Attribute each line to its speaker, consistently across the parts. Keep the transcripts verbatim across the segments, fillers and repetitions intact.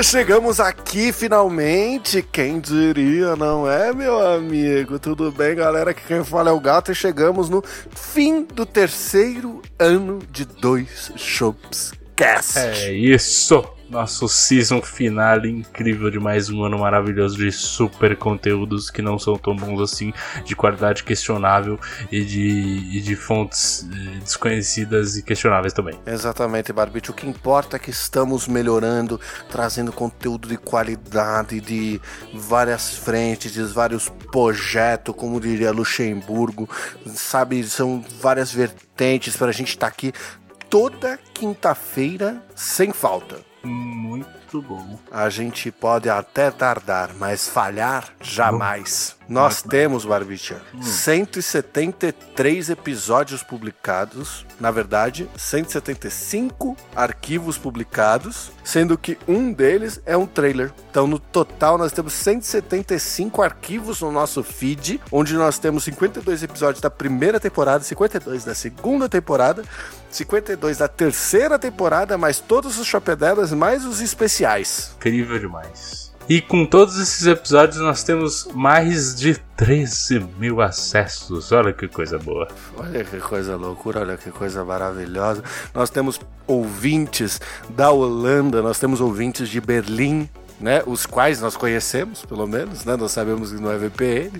Speaker 1: chegamos aqui finalmente, quem diria, não é, meu amigo? Tudo bem, galera? Aqui quem fala é o Gato e chegamos no fim do terceiro ano de Dois Chopps Cast.
Speaker 2: É isso! Nosso season finale incrível de mais um ano maravilhoso de super conteúdos que não são tão bons assim, de qualidade questionável e de, e de fontes desconhecidas e questionáveis também.
Speaker 1: Exatamente, Barbite. O que importa é que estamos melhorando, trazendo conteúdo de qualidade, de várias frentes, de vários projetos, como diria Luxemburgo, sabe? São várias vertentes para a gente estar aqui toda quinta-feira sem falta.
Speaker 2: Muito bom.
Speaker 1: A gente pode até tardar, mas falhar jamais. Bom. Nós Muito temos, Barbicha, hum. cento e setenta e três episódios publicados. Na verdade, cento e setenta e cinco arquivos publicados, sendo que um deles é um trailer. Então, no total, nós temos cento e setenta e cinco arquivos no nosso feed, onde nós temos cinquenta e dois episódios da primeira temporada, cinquenta e dois da segunda temporada, cinquenta e dois da terceira temporada, mais todos os chopedelas, mais os especiais.
Speaker 2: Incrível demais. E com todos esses episódios nós temos mais de treze mil acessos. Olha que coisa boa.
Speaker 1: Olha que coisa loucura, olha que coisa maravilhosa. Nós temos ouvintes da Holanda, nós temos ouvintes de Berlim, né? Os quais nós conhecemos, pelo menos, né? Nós sabemos que não é V P N.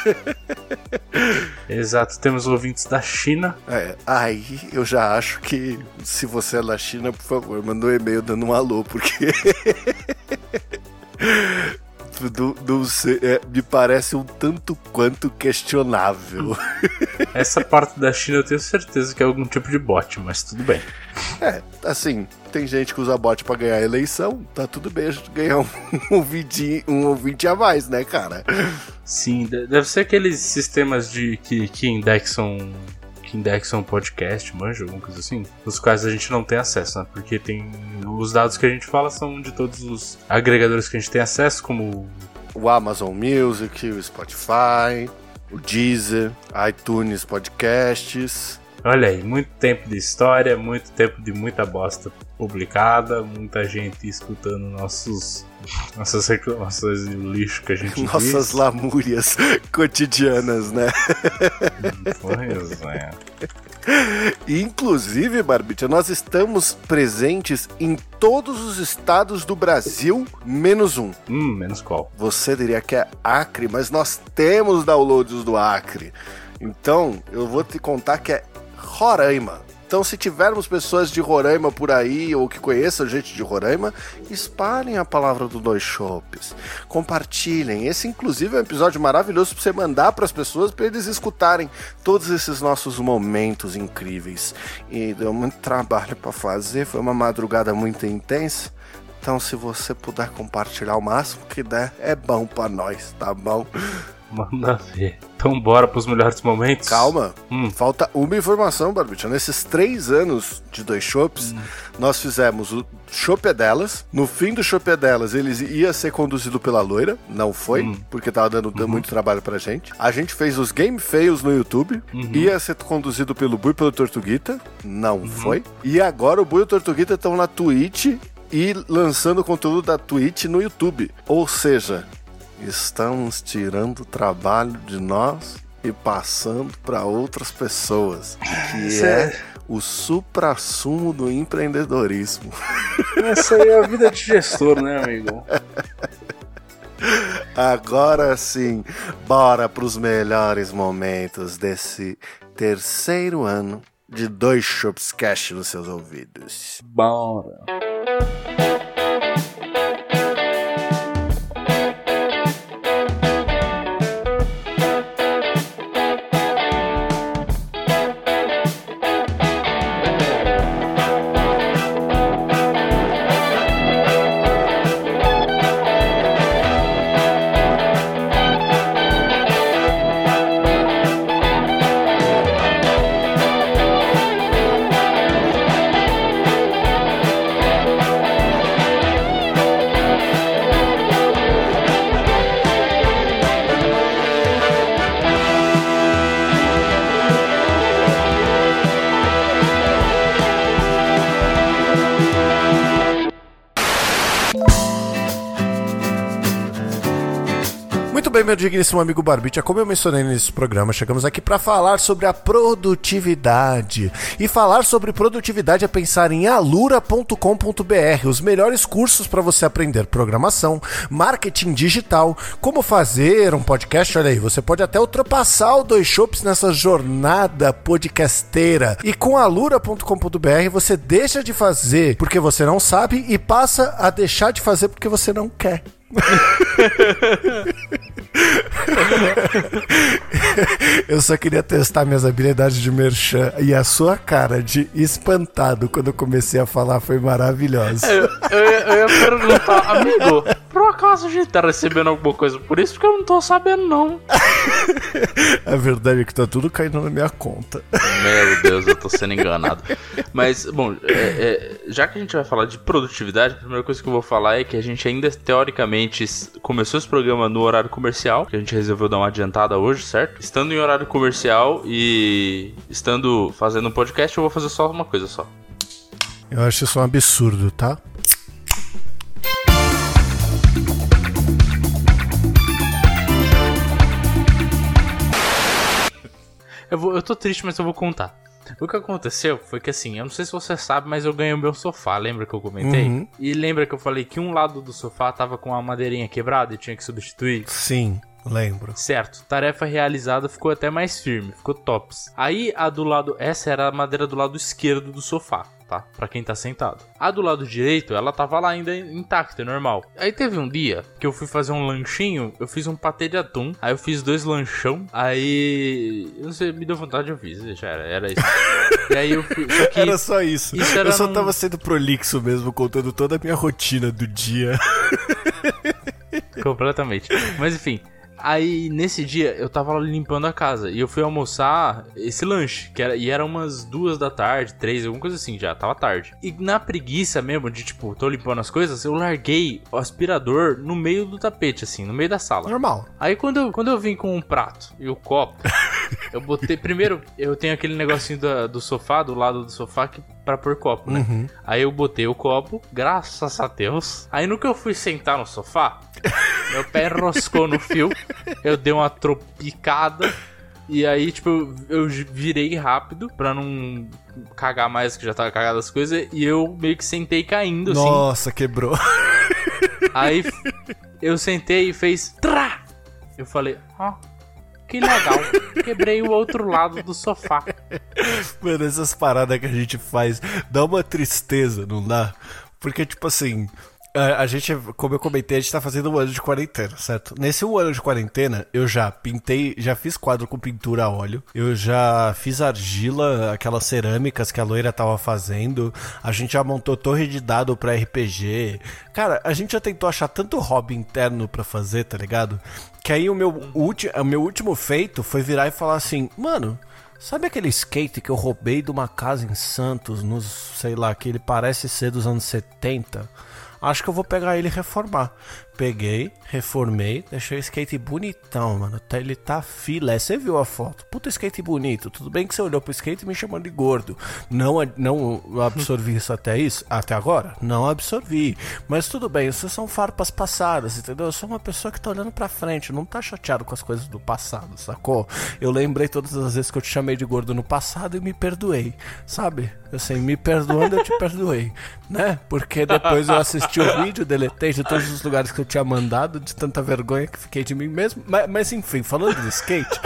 Speaker 2: Exato, temos ouvintes da China.
Speaker 1: É, aí eu já acho que se você é da China, por favor, manda um e-mail dando um alô, porque do, do, é, me parece um tanto quanto questionável.
Speaker 2: Essa parte da China eu tenho certeza que é algum tipo de bot, mas tudo bem.
Speaker 1: É, assim, tem gente que usa bot pra ganhar a eleição, tá tudo bem a gente ganhar um, um, ouvinte, um ouvinte a mais, né, cara?
Speaker 2: Sim, deve ser aqueles sistemas de que, que indexam que indexam podcast, manja, alguma coisa assim, os quais a gente não tem acesso, né? Porque tem os dados que a gente fala são de todos os agregadores que a gente tem acesso, como
Speaker 1: o Amazon Music, o Spotify, o Deezer, iTunes Podcasts.
Speaker 2: Olha aí, muito tempo de história, muito tempo de muita bosta publicada, muita gente escutando nossos, nossas reclamações e o lixo que a gente diz.
Speaker 1: Nossas lamúrias cotidianas, né?
Speaker 2: Pois é.
Speaker 1: Inclusive, Barbita, nós estamos presentes em todos os estados do Brasil, menos um.
Speaker 2: Hum, menos qual?
Speaker 1: Você diria que é Acre, mas nós temos downloads do Acre. Então, eu vou te contar que é Roraima. Então, se tivermos pessoas de Roraima por aí, ou que conheçam gente de Roraima, espalhem a palavra do Dois Chopps. Compartilhem. Esse, inclusive, é um episódio maravilhoso para você mandar para as pessoas, para eles escutarem todos esses nossos momentos incríveis. E deu muito trabalho para fazer, foi uma madrugada muito intensa. Então, se você puder compartilhar o máximo que der, é bom para nós, tá bom?
Speaker 2: Manda ver. Então bora pros melhores momentos.
Speaker 1: Calma,
Speaker 2: hum.
Speaker 1: falta uma informação, Barbicha. Nesses três anos de Dois Chopps, hum. nós fizemos o Chopedelas. No fim do Chopedelas, ele ia ser conduzido pela Loira. Não foi, hum. porque tava dando uhum. muito trabalho pra gente. A gente fez os Game Fails no YouTube. Uhum. Ia ser conduzido pelo Bui e pelo Tortuguita. Não uhum. foi. E agora o Bui e o Tortuguita estão na Twitch e lançando conteúdo da Twitch no YouTube. Ou seja, estamos tirando o trabalho de nós e passando para outras pessoas, que é o suprassumo do empreendedorismo.
Speaker 2: Essa aí é a vida de gestor, né, amigo?
Speaker 1: Agora sim, bora para os melhores momentos desse terceiro ano de Dois Chopps Cast nos seus ouvidos.
Speaker 2: Bora!
Speaker 1: bem, meu digníssimo amigo Barbicha, como eu mencionei nesse programa, chegamos aqui para falar sobre a produtividade. E falar sobre produtividade é pensar em alura ponto com ponto b r, os melhores cursos para você aprender programação, marketing digital, como fazer um podcast. Olha aí, você pode até ultrapassar o Dois Chopps nessa jornada podcasteira. E com alura ponto com ponto b r você deixa de fazer porque você não sabe e passa a deixar de fazer porque você não quer. Eu só queria testar minhas habilidades de merchan e a sua cara de espantado quando eu comecei a falar foi maravilhosa.
Speaker 2: Eu, eu, eu ia perguntar, amigo, por acaso a gente tá recebendo alguma coisa por isso? Porque eu não tô sabendo, não.
Speaker 1: A verdade é que tá tudo caindo na minha conta.
Speaker 2: Meu Deus, eu tô sendo enganado. Mas, bom, é, é, já que a gente vai falar de produtividade, a primeira coisa que eu vou falar é que a gente ainda, teoricamente, começou esse programa no horário comercial, que a gente resolveu dar uma adiantada hoje, certo? Estando em horário comercial e estando fazendo um podcast, eu vou fazer só uma coisa só.
Speaker 1: Eu acho isso um absurdo, tá?
Speaker 2: Eu, vou, eu tô triste, mas eu vou contar. O que aconteceu foi que assim, eu não sei se você sabe, mas eu ganhei o meu sofá, lembra que eu comentei?
Speaker 1: Uhum.
Speaker 2: E lembra que eu falei que um lado do sofá tava com uma madeirinha quebrada e tinha que substituir?
Speaker 1: Sim, lembro.
Speaker 2: Certo, tarefa realizada, ficou até mais firme, ficou tops. Aí a do lado, essa era a madeira do lado esquerdo do sofá, tá? Pra quem tá sentado. A do lado direito, ela tava lá ainda intacta, normal. Aí teve um dia que eu fui fazer um lanchinho, eu fiz um patê de atum, aí eu fiz dois lanchão, aí... eu não sei, me deu vontade, eu fiz, já era, era isso. E aí eu fui... Só que
Speaker 1: era só isso.
Speaker 2: isso era
Speaker 1: eu só
Speaker 2: num...
Speaker 1: tava sendo prolixo mesmo, contando toda a minha rotina do dia.
Speaker 2: Completamente. Mas enfim... Aí, nesse dia, eu tava limpando a casa e eu fui almoçar esse lanche, que era, e era umas duas da tarde, três, alguma coisa assim já, tava tarde. E na preguiça mesmo de, tipo, tô limpando as coisas, eu larguei o aspirador no meio do tapete, assim, no meio da sala.
Speaker 1: Normal.
Speaker 2: Aí, quando eu, quando eu vim com um prato e o copo, eu botei... Primeiro, eu tenho aquele negocinho do, do sofá, do lado do sofá, que pra pôr copo, né?
Speaker 1: Uhum.
Speaker 2: Aí eu botei o copo, graças a Deus. Aí, no que eu fui sentar no sofá, meu pé enroscou no fio, eu dei uma tropicada e aí, tipo, eu, eu virei rápido pra não cagar mais, que já tava cagado as coisas, e eu meio que sentei caindo, assim.
Speaker 1: Nossa, quebrou.
Speaker 2: Aí eu sentei e fez trá! Eu falei, ó, oh, que legal, quebrei o outro lado do sofá.
Speaker 1: Mano, essas paradas que a gente faz dá uma tristeza, não dá? Porque, tipo assim... A gente, como eu comentei, a gente tá fazendo um ano de quarentena, certo? Nesse um ano de quarentena, eu já pintei, já fiz quadro com pintura a óleo, eu já fiz argila, aquelas cerâmicas que a loira tava fazendo, a gente já montou torre de dado pra R P G. Cara, a gente já tentou achar tanto hobby interno pra fazer, tá ligado? Que aí o meu, ulti, o meu último feito foi virar e falar assim, mano... Sabe aquele skate que eu roubei de uma casa em Santos, nos, sei lá, que ele parece ser dos anos setenta? Acho que eu vou pegar ele e reformar. Peguei, reformei, deixei o skate bonitão, mano. Ele tá filé. Você viu a foto? Puta skate bonito. Tudo bem que você olhou pro skate e me chamou de gordo. Não, não absorvi isso até isso? Até agora? Não absorvi. Mas tudo bem, isso são farpas passadas, entendeu? Eu sou uma pessoa que tá olhando pra frente, não tá chateado com as coisas do passado, sacou? Eu lembrei todas as vezes que eu te chamei de gordo no passado e me perdoei, sabe? Assim, me perdoando, eu te perdoei, né? Porque depois eu assisti o vídeo, deletei de todos os lugares que eu tinha mandado, de tanta vergonha que fiquei de mim mesmo. Mas, mas enfim, falando de skate...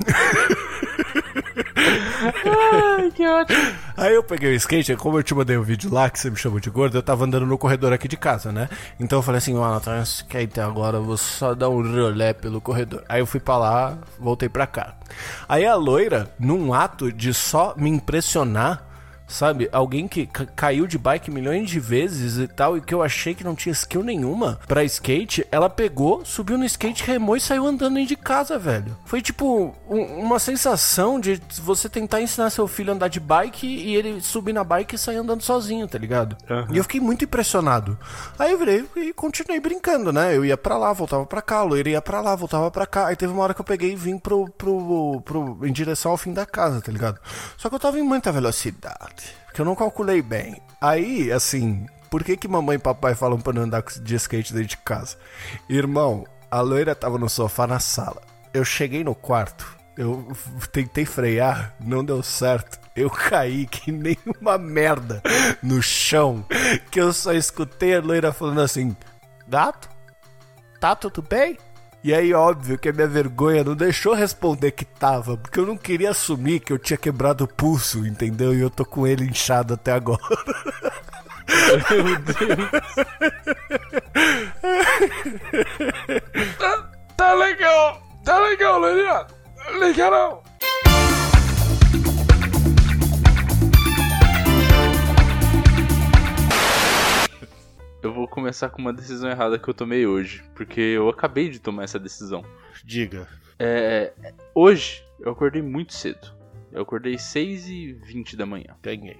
Speaker 2: Ai, que ótimo.
Speaker 1: Aí eu peguei o skate, como eu te mandei o um vídeo lá, que você me chamou de gordo, eu tava andando no corredor aqui de casa, né? Então eu falei assim, mano, tá um skate agora, eu vou só dar um rolê pelo corredor. Aí eu fui pra lá, voltei pra cá. Aí a loira, num ato de só me impressionar, sabe, alguém que c- caiu de bike milhões de vezes e tal, e que eu achei que não tinha skill nenhuma pra skate, ela pegou, subiu no skate, remou e saiu andando dentro de casa, velho. Foi tipo um, uma sensação de você tentar ensinar seu filho a andar de bike e ele subir na bike e sair andando sozinho, tá ligado? Uhum. E eu fiquei muito impressionado. Aí eu virei e continuei brincando, né? Eu ia pra lá, voltava pra cá, eu ia pra lá, voltava pra cá. Aí teve uma hora que eu peguei e vim pro, pro, pro, em direção ao fim da casa, tá ligado? Só que eu tava em muita velocidade, porque eu não calculei bem. Aí, assim, por que que mamãe e papai falam pra não andar de skate dentro de casa? Irmão, A loira tava no sofá na sala. Eu cheguei no quarto, eu tentei frear, não deu certo. Eu caí que nem uma merda no chão, que eu só escutei a loira falando assim: gato? Tá tudo bem? E aí, óbvio que a minha vergonha não deixou responder que tava, porque eu não queria assumir que eu tinha quebrado o pulso, entendeu? E eu tô com ele inchado até agora. Meu Deus.
Speaker 2: tá, tá legal, tá legal, Loirinha. Liga não. Eu vou começar com uma decisão errada que eu tomei hoje, porque eu acabei de tomar essa decisão.
Speaker 1: Diga.
Speaker 2: É, hoje eu acordei muito cedo. Eu acordei seis e vinte da manhã.
Speaker 1: Ganhei.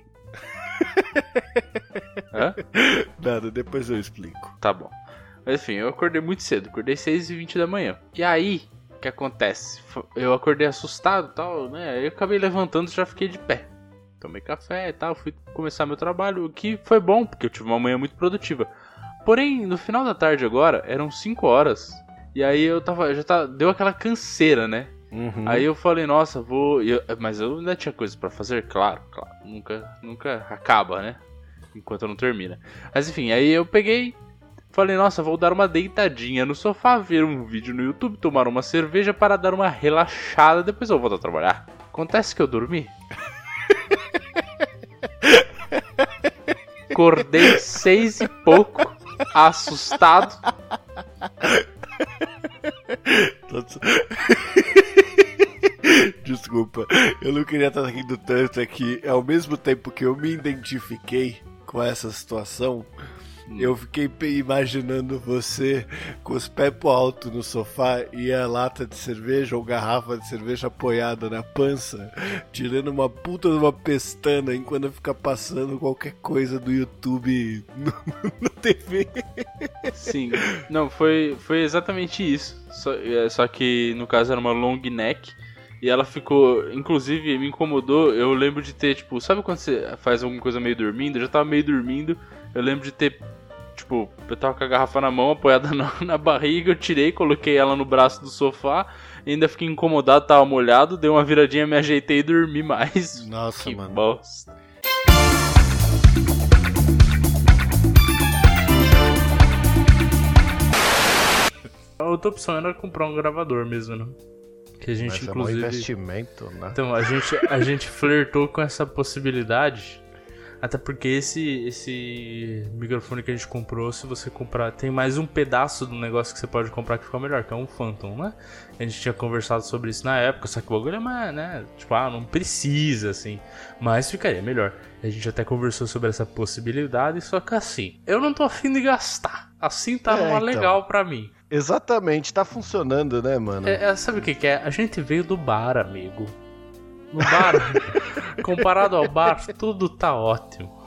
Speaker 2: Hã?
Speaker 1: Nada, depois eu explico.
Speaker 2: Tá bom. Mas enfim, eu acordei muito cedo. Acordei seis e vinte da manhã. E aí, o que acontece? Eu acordei assustado e tal, né? Aí eu acabei levantando e já fiquei de pé. Tomei café e tal, fui começar meu trabalho, o que foi bom, porque eu tive uma manhã muito produtiva. Porém, no final da tarde agora, eram cinco horas. E aí eu tava, já tava, deu aquela canseira, né? Uhum. Aí eu falei, nossa, vou... Eu, mas eu ainda tinha coisas pra fazer, claro, claro. Nunca, nunca acaba, né? Enquanto não termina. Mas enfim, aí eu peguei, falei, nossa, vou dar uma deitadinha no sofá, ver um vídeo no YouTube, tomar uma cerveja para dar uma relaxada, depois eu volto a trabalhar. Acontece que eu dormi. Acordei seis e pouco, assustado.
Speaker 1: Desculpa, eu não queria estar rindo tanto aqui. Ao mesmo tempo que eu me identifiquei com essa situação, hum. eu fiquei imaginando você com os pés pro alto no sofá e a lata de cerveja ou garrafa de cerveja apoiada na pança, tirando uma puta de uma pestana enquanto fica passando qualquer coisa do YouTube na T V.
Speaker 2: Sim, não, foi, foi exatamente isso. Só, só que no caso era uma long neck. E ela ficou, inclusive me incomodou. Eu lembro de ter, tipo, sabe quando você faz alguma coisa meio dormindo? Eu já tava meio dormindo. Eu lembro de ter, tipo, eu tava com a garrafa na mão, apoiada na, na barriga. Eu tirei, coloquei ela no braço do sofá. Ainda fiquei incomodado, tava molhado. Dei uma viradinha, me ajeitei e dormi mais.
Speaker 1: Nossa,
Speaker 2: que
Speaker 1: mano.
Speaker 2: bosta. A outra opção era comprar um gravador mesmo, né? Que a gente,
Speaker 1: mas
Speaker 2: inclusive,
Speaker 1: é um investimento, né?
Speaker 2: Então, a gente, a gente flertou com essa possibilidade. Até porque esse, esse microfone que a gente comprou, se você comprar, tem mais um pedaço do negócio que você pode comprar que fica melhor, que é um Phantom, né? A gente tinha conversado sobre isso na época, só que o bagulho é mais, né? Tipo, ah, não precisa, assim. Mas ficaria melhor. A gente até conversou sobre essa possibilidade, só que assim, eu não tô afim de gastar. Assim tá
Speaker 1: é,
Speaker 2: uma
Speaker 1: então.
Speaker 2: legal pra mim.
Speaker 1: Exatamente, tá funcionando, né, mano?
Speaker 2: É, é, sabe o que, que é? A gente veio do bar, amigo. No bar, comparado ao bar, tudo tá ótimo.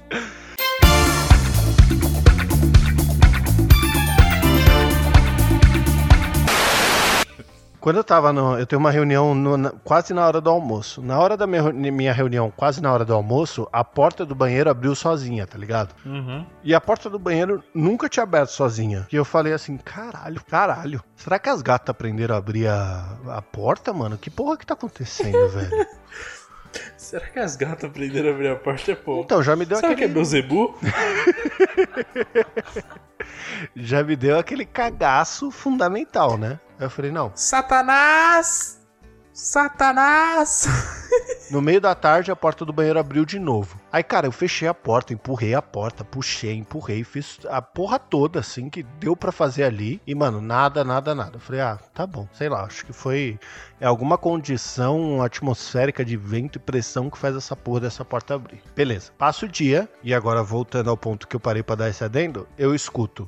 Speaker 1: Quando eu tava no... Eu tenho uma reunião no, na, quase na hora do almoço. Na hora da minha, minha reunião, quase na hora do almoço, a porta do banheiro abriu sozinha, tá ligado?
Speaker 2: Uhum.
Speaker 1: E a porta do banheiro nunca tinha aberto sozinha. E eu falei assim, caralho, caralho. Será que as gatas aprenderam a abrir a, a porta, mano? Que porra que tá acontecendo, velho?
Speaker 2: Será que as gatas aprenderam a abrir a porta? Pô?
Speaker 1: Então, já me deu
Speaker 2: Será
Speaker 1: aquele...
Speaker 2: que é Beelzebub?
Speaker 1: Já me deu aquele cagaço fundamental, né? Aí eu falei, não.
Speaker 2: Satanás! Satanás!
Speaker 1: No meio da tarde, a porta do banheiro abriu de novo. Aí, cara, eu fechei a porta, empurrei a porta, puxei, empurrei, fiz a porra toda, assim, que deu pra fazer ali. E, mano, nada, nada, nada. Eu falei, ah, tá bom, sei lá, acho que foi é alguma condição atmosférica de vento e pressão que faz essa porra dessa porta abrir. Beleza, passa o dia, e agora voltando ao ponto que eu parei pra dar esse adendo, eu escuto.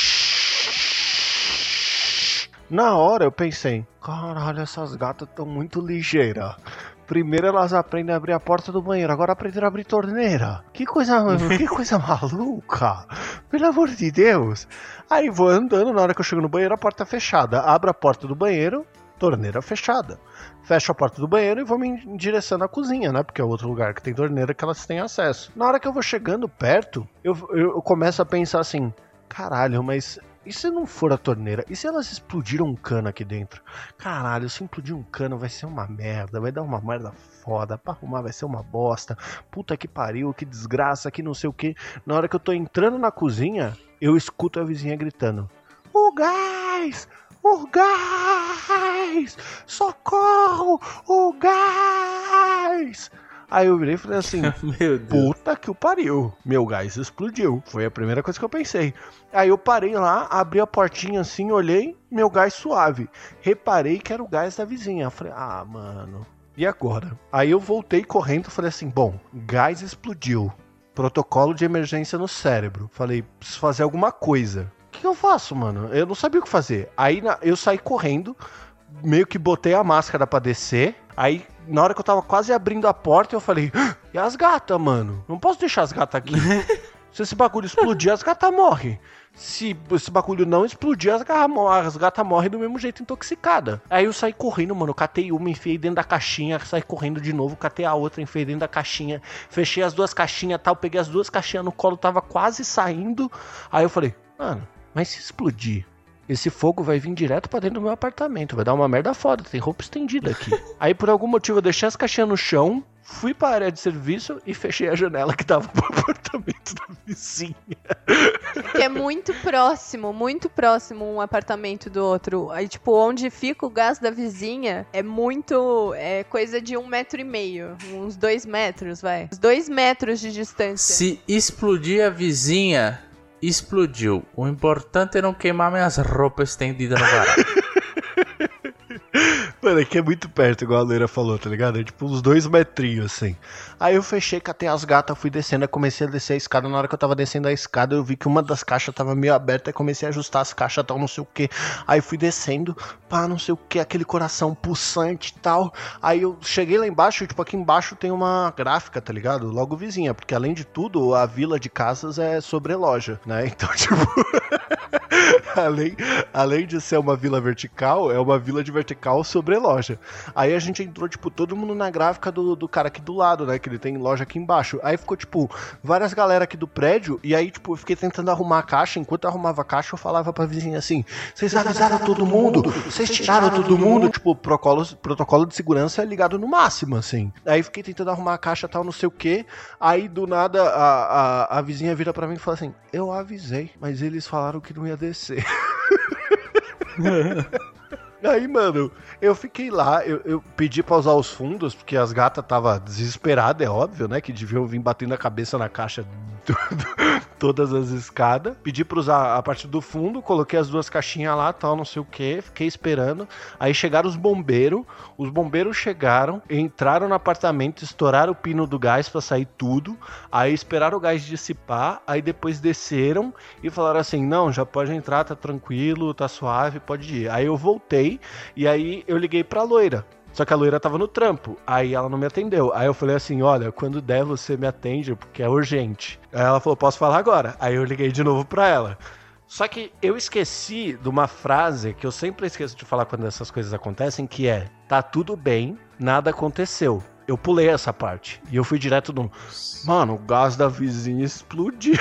Speaker 1: Na hora eu pensei, caralho, essas gatas estão muito ligeiras. Primeiro elas aprendem a abrir a porta do banheiro, agora aprenderam a abrir torneira. Que coisa, que coisa maluca. Pelo amor de Deus. Aí vou andando, na hora que eu chego no banheiro, a porta é fechada. Abro a porta do banheiro, torneira fechada. Fecho a porta do banheiro e vou me em direção à cozinha, né? Porque é outro lugar que tem torneira que elas têm acesso. Na hora que eu vou chegando perto, eu, eu, eu começo a pensar assim, caralho, mas
Speaker 3: e se não for a torneira? E se elas explodiram um cano aqui dentro? Caralho, se implodir um cano vai ser uma merda, vai dar uma merda foda, pra arrumar vai ser uma bosta. Puta que pariu, que desgraça, que não sei o que. Na hora que eu tô entrando na cozinha, eu escuto a vizinha gritando: o gás! O gás! Socorro! O gás! Aí eu virei e falei assim, meu Deus. Puta que o pariu, meu gás explodiu. Foi a primeira coisa que eu pensei. Aí eu parei lá, abri a portinha assim, olhei, meu gás suave. Reparei que era o gás da vizinha. Eu falei, ah, mano, e agora? Aí eu voltei correndo e falei assim, bom, gás explodiu. Protocolo de emergência no cérebro. Falei, preciso fazer alguma coisa. O que eu faço, mano? Eu não sabia o que fazer. Aí na, eu saí correndo, meio que botei a máscara pra descer. Aí, na hora que eu tava quase abrindo a porta, eu falei, ah, e as gatas, mano? Não posso deixar as gatas aqui. Se esse bagulho explodir, as gatas morrem. Se esse bagulho não explodir, as gatas morrem, as gatas morrem do mesmo jeito, intoxicada. Aí eu saí correndo, mano. Eu catei uma, enfiei dentro da caixinha, saí correndo de novo, catei a outra, enfiei dentro da caixinha, fechei as duas caixinhas e tal, peguei as duas caixinhas no colo, tava quase saindo. Aí eu falei, mano, mas se explodir, esse fogo vai vir direto pra dentro do meu apartamento, vai dar uma merda foda, tem roupa estendida aqui. Aí por algum motivo eu deixei as caixinhas no chão, fui pra área de serviço e fechei a janela que dava pro apartamento da vizinha.
Speaker 4: Que é muito próximo, muito próximo um apartamento do outro. Aí, tipo, onde fica o gás da vizinha é muito, é coisa de um metro e meio, uns dois metros, vai. Uns dois metros de distância.
Speaker 2: Se explodir a vizinha, explodiu. O importante é não queimar minhas roupas estendidas no varal.
Speaker 3: Mano, aqui é muito perto, igual a Leira falou, tá ligado? É tipo uns dois metrinhos, assim. Aí eu fechei, catei as gatas, fui descendo, aí comecei a descer a escada. Na hora que eu tava descendo a escada, eu vi que uma das caixas tava meio aberta, aí comecei a ajustar as caixas, tal, não sei o que. Aí fui descendo, pá, não sei o que, aquele coração pulsante e tal. Aí eu cheguei lá embaixo, e tipo, aqui embaixo tem uma gráfica, tá ligado? Logo vizinha, porque além de tudo, a vila de casas é sobreloja, né? Então, tipo... além, além de ser uma vila vertical, é uma vila de vertical sobre loja. Aí a gente entrou, tipo, todo mundo na gráfica do, do cara aqui do lado, né? Que ele tem loja aqui embaixo. Aí ficou, tipo, várias galera aqui do prédio. E aí, tipo, eu fiquei tentando arrumar a caixa. Enquanto eu arrumava a caixa, eu falava pra vizinha assim: vocês avisaram todo mundo? Vocês tiraram todo mundo? Tipo, protocolo, protocolo de segurança é ligado no máximo, assim. Aí fiquei tentando arrumar a caixa, tal, não sei o que. Aí, do nada, a, a, a vizinha vira pra mim e fala assim: eu avisei, mas eles falaram que não ia descer. Aí, mano, eu fiquei lá, eu, eu pedi pra usar os fundos, porque as gatas tava desesperadas, é óbvio, né? Que deviam vir batendo a cabeça na caixa do, do, todas as escadas. Pedi pra usar a parte do fundo, coloquei as duas caixinhas lá, tal, não sei o que, fiquei esperando. Aí chegaram os bombeiros, os bombeiros chegaram, entraram no apartamento, estouraram o pino do gás pra sair tudo. Aí esperaram o gás dissipar, aí depois desceram e falaram assim: não, já pode entrar, tá tranquilo, tá suave, pode ir. Aí eu voltei. E aí eu liguei pra loira. Só que a loira tava no trampo. Aí ela não me atendeu. Aí eu falei assim: olha, quando der você me atende, porque é urgente. Aí ela falou: posso falar agora? Aí eu liguei de novo pra ela. Só que eu esqueci de uma frase que eu sempre esqueço de falar quando essas coisas acontecem, que é: tá tudo bem, nada aconteceu. Eu pulei essa parte. E eu fui direto no... Mano, o gás da vizinha explodiu.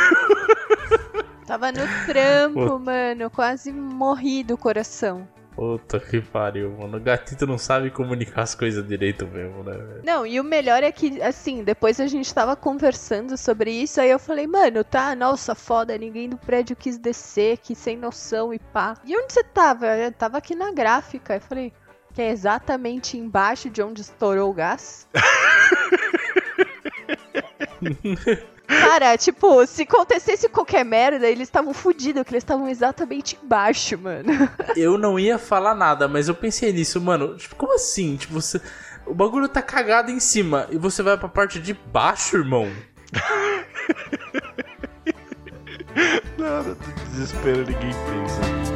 Speaker 4: Tava no trampo, mano. Quase morri do coração.
Speaker 2: Puta que pariu, mano. O gatito não sabe comunicar as coisas direito mesmo, né, velho?
Speaker 4: Não, e o melhor é que, assim, depois a gente tava conversando sobre isso, aí eu falei: mano, tá, nossa, foda, ninguém do prédio quis descer, que sem noção e pá. E onde você tava? Eu tava aqui na gráfica. Eu falei: que é exatamente embaixo de onde estourou o gás? Cara, tipo, se acontecesse qualquer merda, eles estavam fodidos, que eles estavam exatamente embaixo, mano.
Speaker 2: Eu não ia falar nada, mas eu pensei nisso, mano. Tipo, como assim? Tipo, você... o bagulho tá cagado em cima e você vai pra parte de baixo, irmão?
Speaker 3: Nada, do desespero ninguém pensa.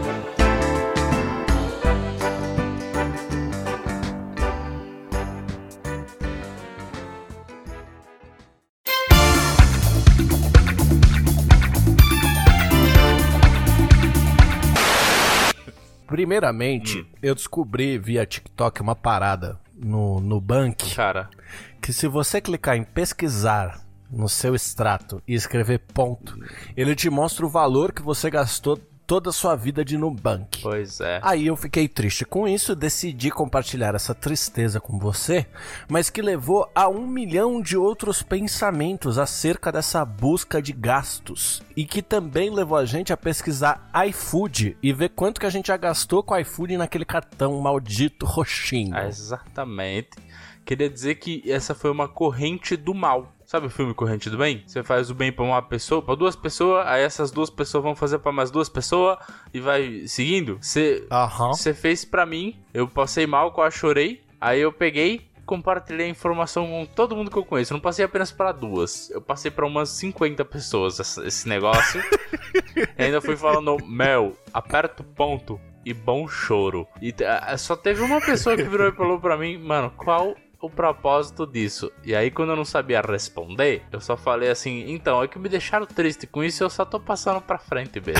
Speaker 3: Primeiramente, hum. eu descobri via TikTok uma parada no, no Bank.
Speaker 2: Cara.
Speaker 3: Que se você clicar em pesquisar no seu extrato e escrever ponto, ele te mostra o valor que você gastou toda a sua vida de Nubank.
Speaker 2: Pois é.
Speaker 3: Aí eu fiquei triste com isso, decidi compartilhar essa tristeza com você, mas que levou a um milhão de outros pensamentos acerca dessa busca de gastos. E que também levou a gente a pesquisar iFood e ver quanto que a gente já gastou com iFood naquele cartão maldito roxinho.
Speaker 2: Ah, exatamente. Queria dizer que essa foi uma corrente do mal. Sabe o filme Corrente do Bem? Você faz o bem pra uma pessoa, pra duas pessoas, aí essas duas pessoas vão fazer pra mais duas pessoas e vai seguindo. Você
Speaker 3: uhum.
Speaker 2: fez pra mim, eu passei mal, quase chorei, aí eu peguei, compartilhei a informação com todo mundo que eu conheço. Eu não passei apenas pra duas, eu passei pra umas cinquenta pessoas esse negócio. E ainda fui falando, Mel, aperta o ponto e bom choro. E uh, só teve uma pessoa que virou e falou pra mim, mano, qual o propósito disso? E aí quando eu não sabia responder, eu só falei assim, então, é que me deixaram triste com isso e eu só tô passando pra frente mesmo.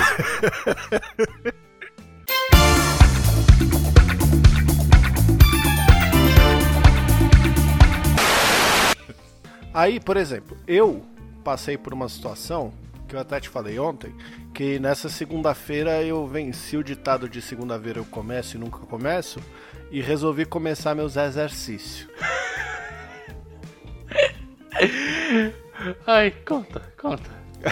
Speaker 3: Aí, por exemplo, eu passei por uma situação que eu até te falei ontem, que nessa segunda-feira eu venci o ditado de segunda-feira eu começo e nunca começo, e resolvi começar meus exercícios.
Speaker 2: Ai, conta, conta.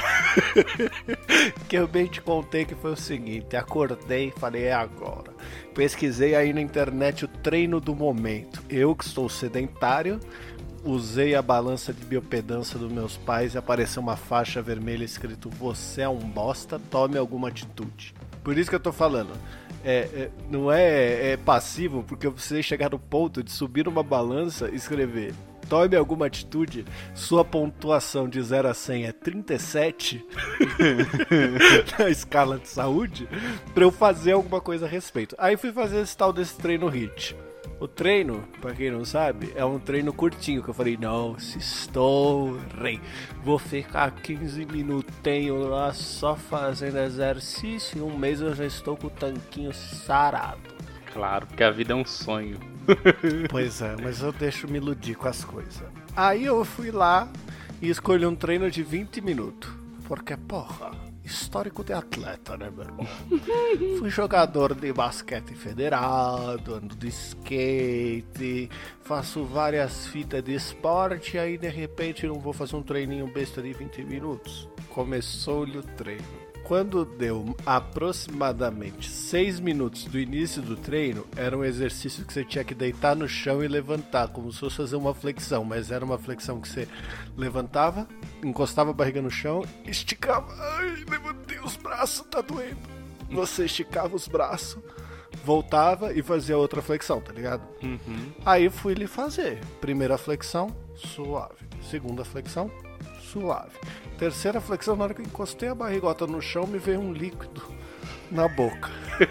Speaker 3: Que eu bem te contei que foi o seguinte, acordei e falei, é agora. Pesquisei aí na internet o treino do momento. Eu que estou sedentário, usei a balança de biopedância dos meus pais e apareceu uma faixa vermelha escrito você é um bosta, tome alguma atitude. Por isso que eu tô falando, é, é, não é, é passivo, porque eu precisei chegar no ponto de subir uma balança e escrever tome alguma atitude, sua pontuação de zero a cem é trinta e sete na escala de saúde, pra eu fazer alguma coisa a respeito. Aí fui fazer esse tal desse treino HIIT. O treino, pra quem não sabe, é um treino curtinho, que eu falei, nossa, estourei, vou ficar quinze minutinhos lá só fazendo exercício e um mês eu já estou com o tanquinho sarado.
Speaker 2: Claro, porque a vida é um sonho.
Speaker 3: Pois é, mas eu deixo me iludir com as coisas. Aí eu fui lá e escolhi um treino de vinte minutos, porque, porra, histórico de atleta, né, meu irmão? Fui jogador de basquete federado, ando de skate, faço várias fitas de esporte, aí de repente não vou fazer um treininho besta de vinte minutos. Começou-lhe o treino. Quando deu aproximadamente seis minutos do início do treino, era um exercício que você tinha que deitar no chão e levantar, como se fosse fazer uma flexão, mas era uma flexão que você levantava, encostava a barriga no chão, esticava, ai, levantei os braços, tá doendo. Você esticava os braços, voltava e fazia outra flexão, tá ligado?
Speaker 2: Uhum.
Speaker 3: Aí fui lhe fazer. Primeira flexão, suave. Segunda flexão, suave. Terceira flexão, na hora que eu encostei a barrigota no chão, me veio um líquido na boca.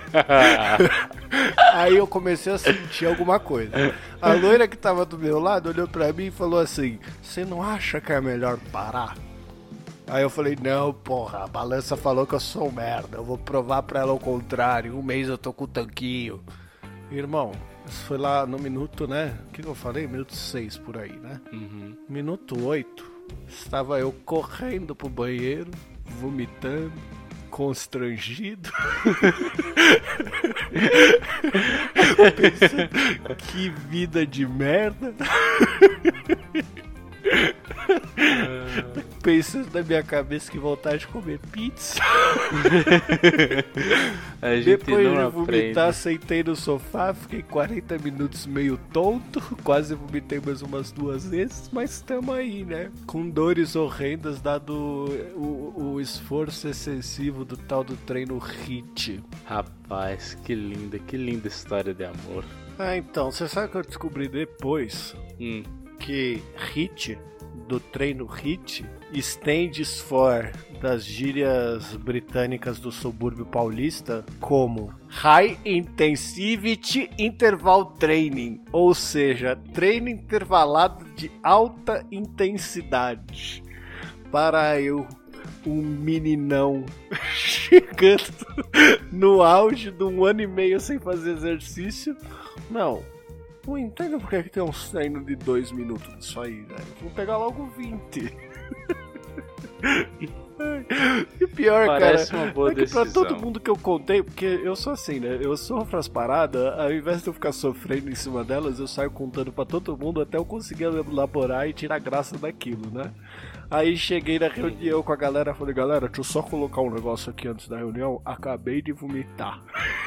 Speaker 3: Aí eu comecei a sentir alguma coisa. A loira que tava do meu lado olhou pra mim e falou assim, você não acha que é melhor parar? Aí eu falei, não, porra, a balança falou que eu sou um merda, eu vou provar pra ela o contrário, um mês eu tô com o tanquinho. Irmão, isso foi lá no minuto, né? O que, que eu falei? Minuto seis por aí, né?
Speaker 2: Uhum.
Speaker 3: Minuto oito, estava eu correndo pro banheiro, vomitando, constrangido. Pensando, que vida de merda. Pensando na minha cabeça que vontade de comer pizza.
Speaker 2: A gente
Speaker 3: Depois
Speaker 2: não
Speaker 3: de vomitar,
Speaker 2: aprende.
Speaker 3: sentei no sofá, fiquei quarenta minutos meio tonto, quase vomitei mais umas duas vezes, mas tamo aí, né? Com dores horrendas, dado o, o esforço excessivo do tal do treino HIIT.
Speaker 2: Rapaz, que linda, que linda história de amor.
Speaker 3: Ah, então, você sabe que eu descobri depois?
Speaker 2: Hum.
Speaker 3: Que HIIT, do treino HIIT, stands for das gírias britânicas do subúrbio paulista como High Intensivity Interval Training, ou seja, treino intervalado de alta intensidade. Para eu, um meninão chegando no auge de um ano e meio sem fazer exercício, não. Não entendo porque que tem uns treinos de dois minutos disso aí, velho. Vou pegar logo vinte.
Speaker 1: E pior,
Speaker 2: Parece
Speaker 1: cara,
Speaker 2: uma boa
Speaker 1: é que pra
Speaker 2: decisão.
Speaker 1: todo mundo que eu contei, porque eu sou assim, né? Eu sofro as paradas, ao invés de eu ficar sofrendo em cima delas, eu saio contando pra todo mundo até eu conseguir elaborar e tirar graça daquilo, né? Aí cheguei na reunião com a galera e falei, galera, deixa eu só colocar um negócio aqui antes da reunião. Acabei de vomitar.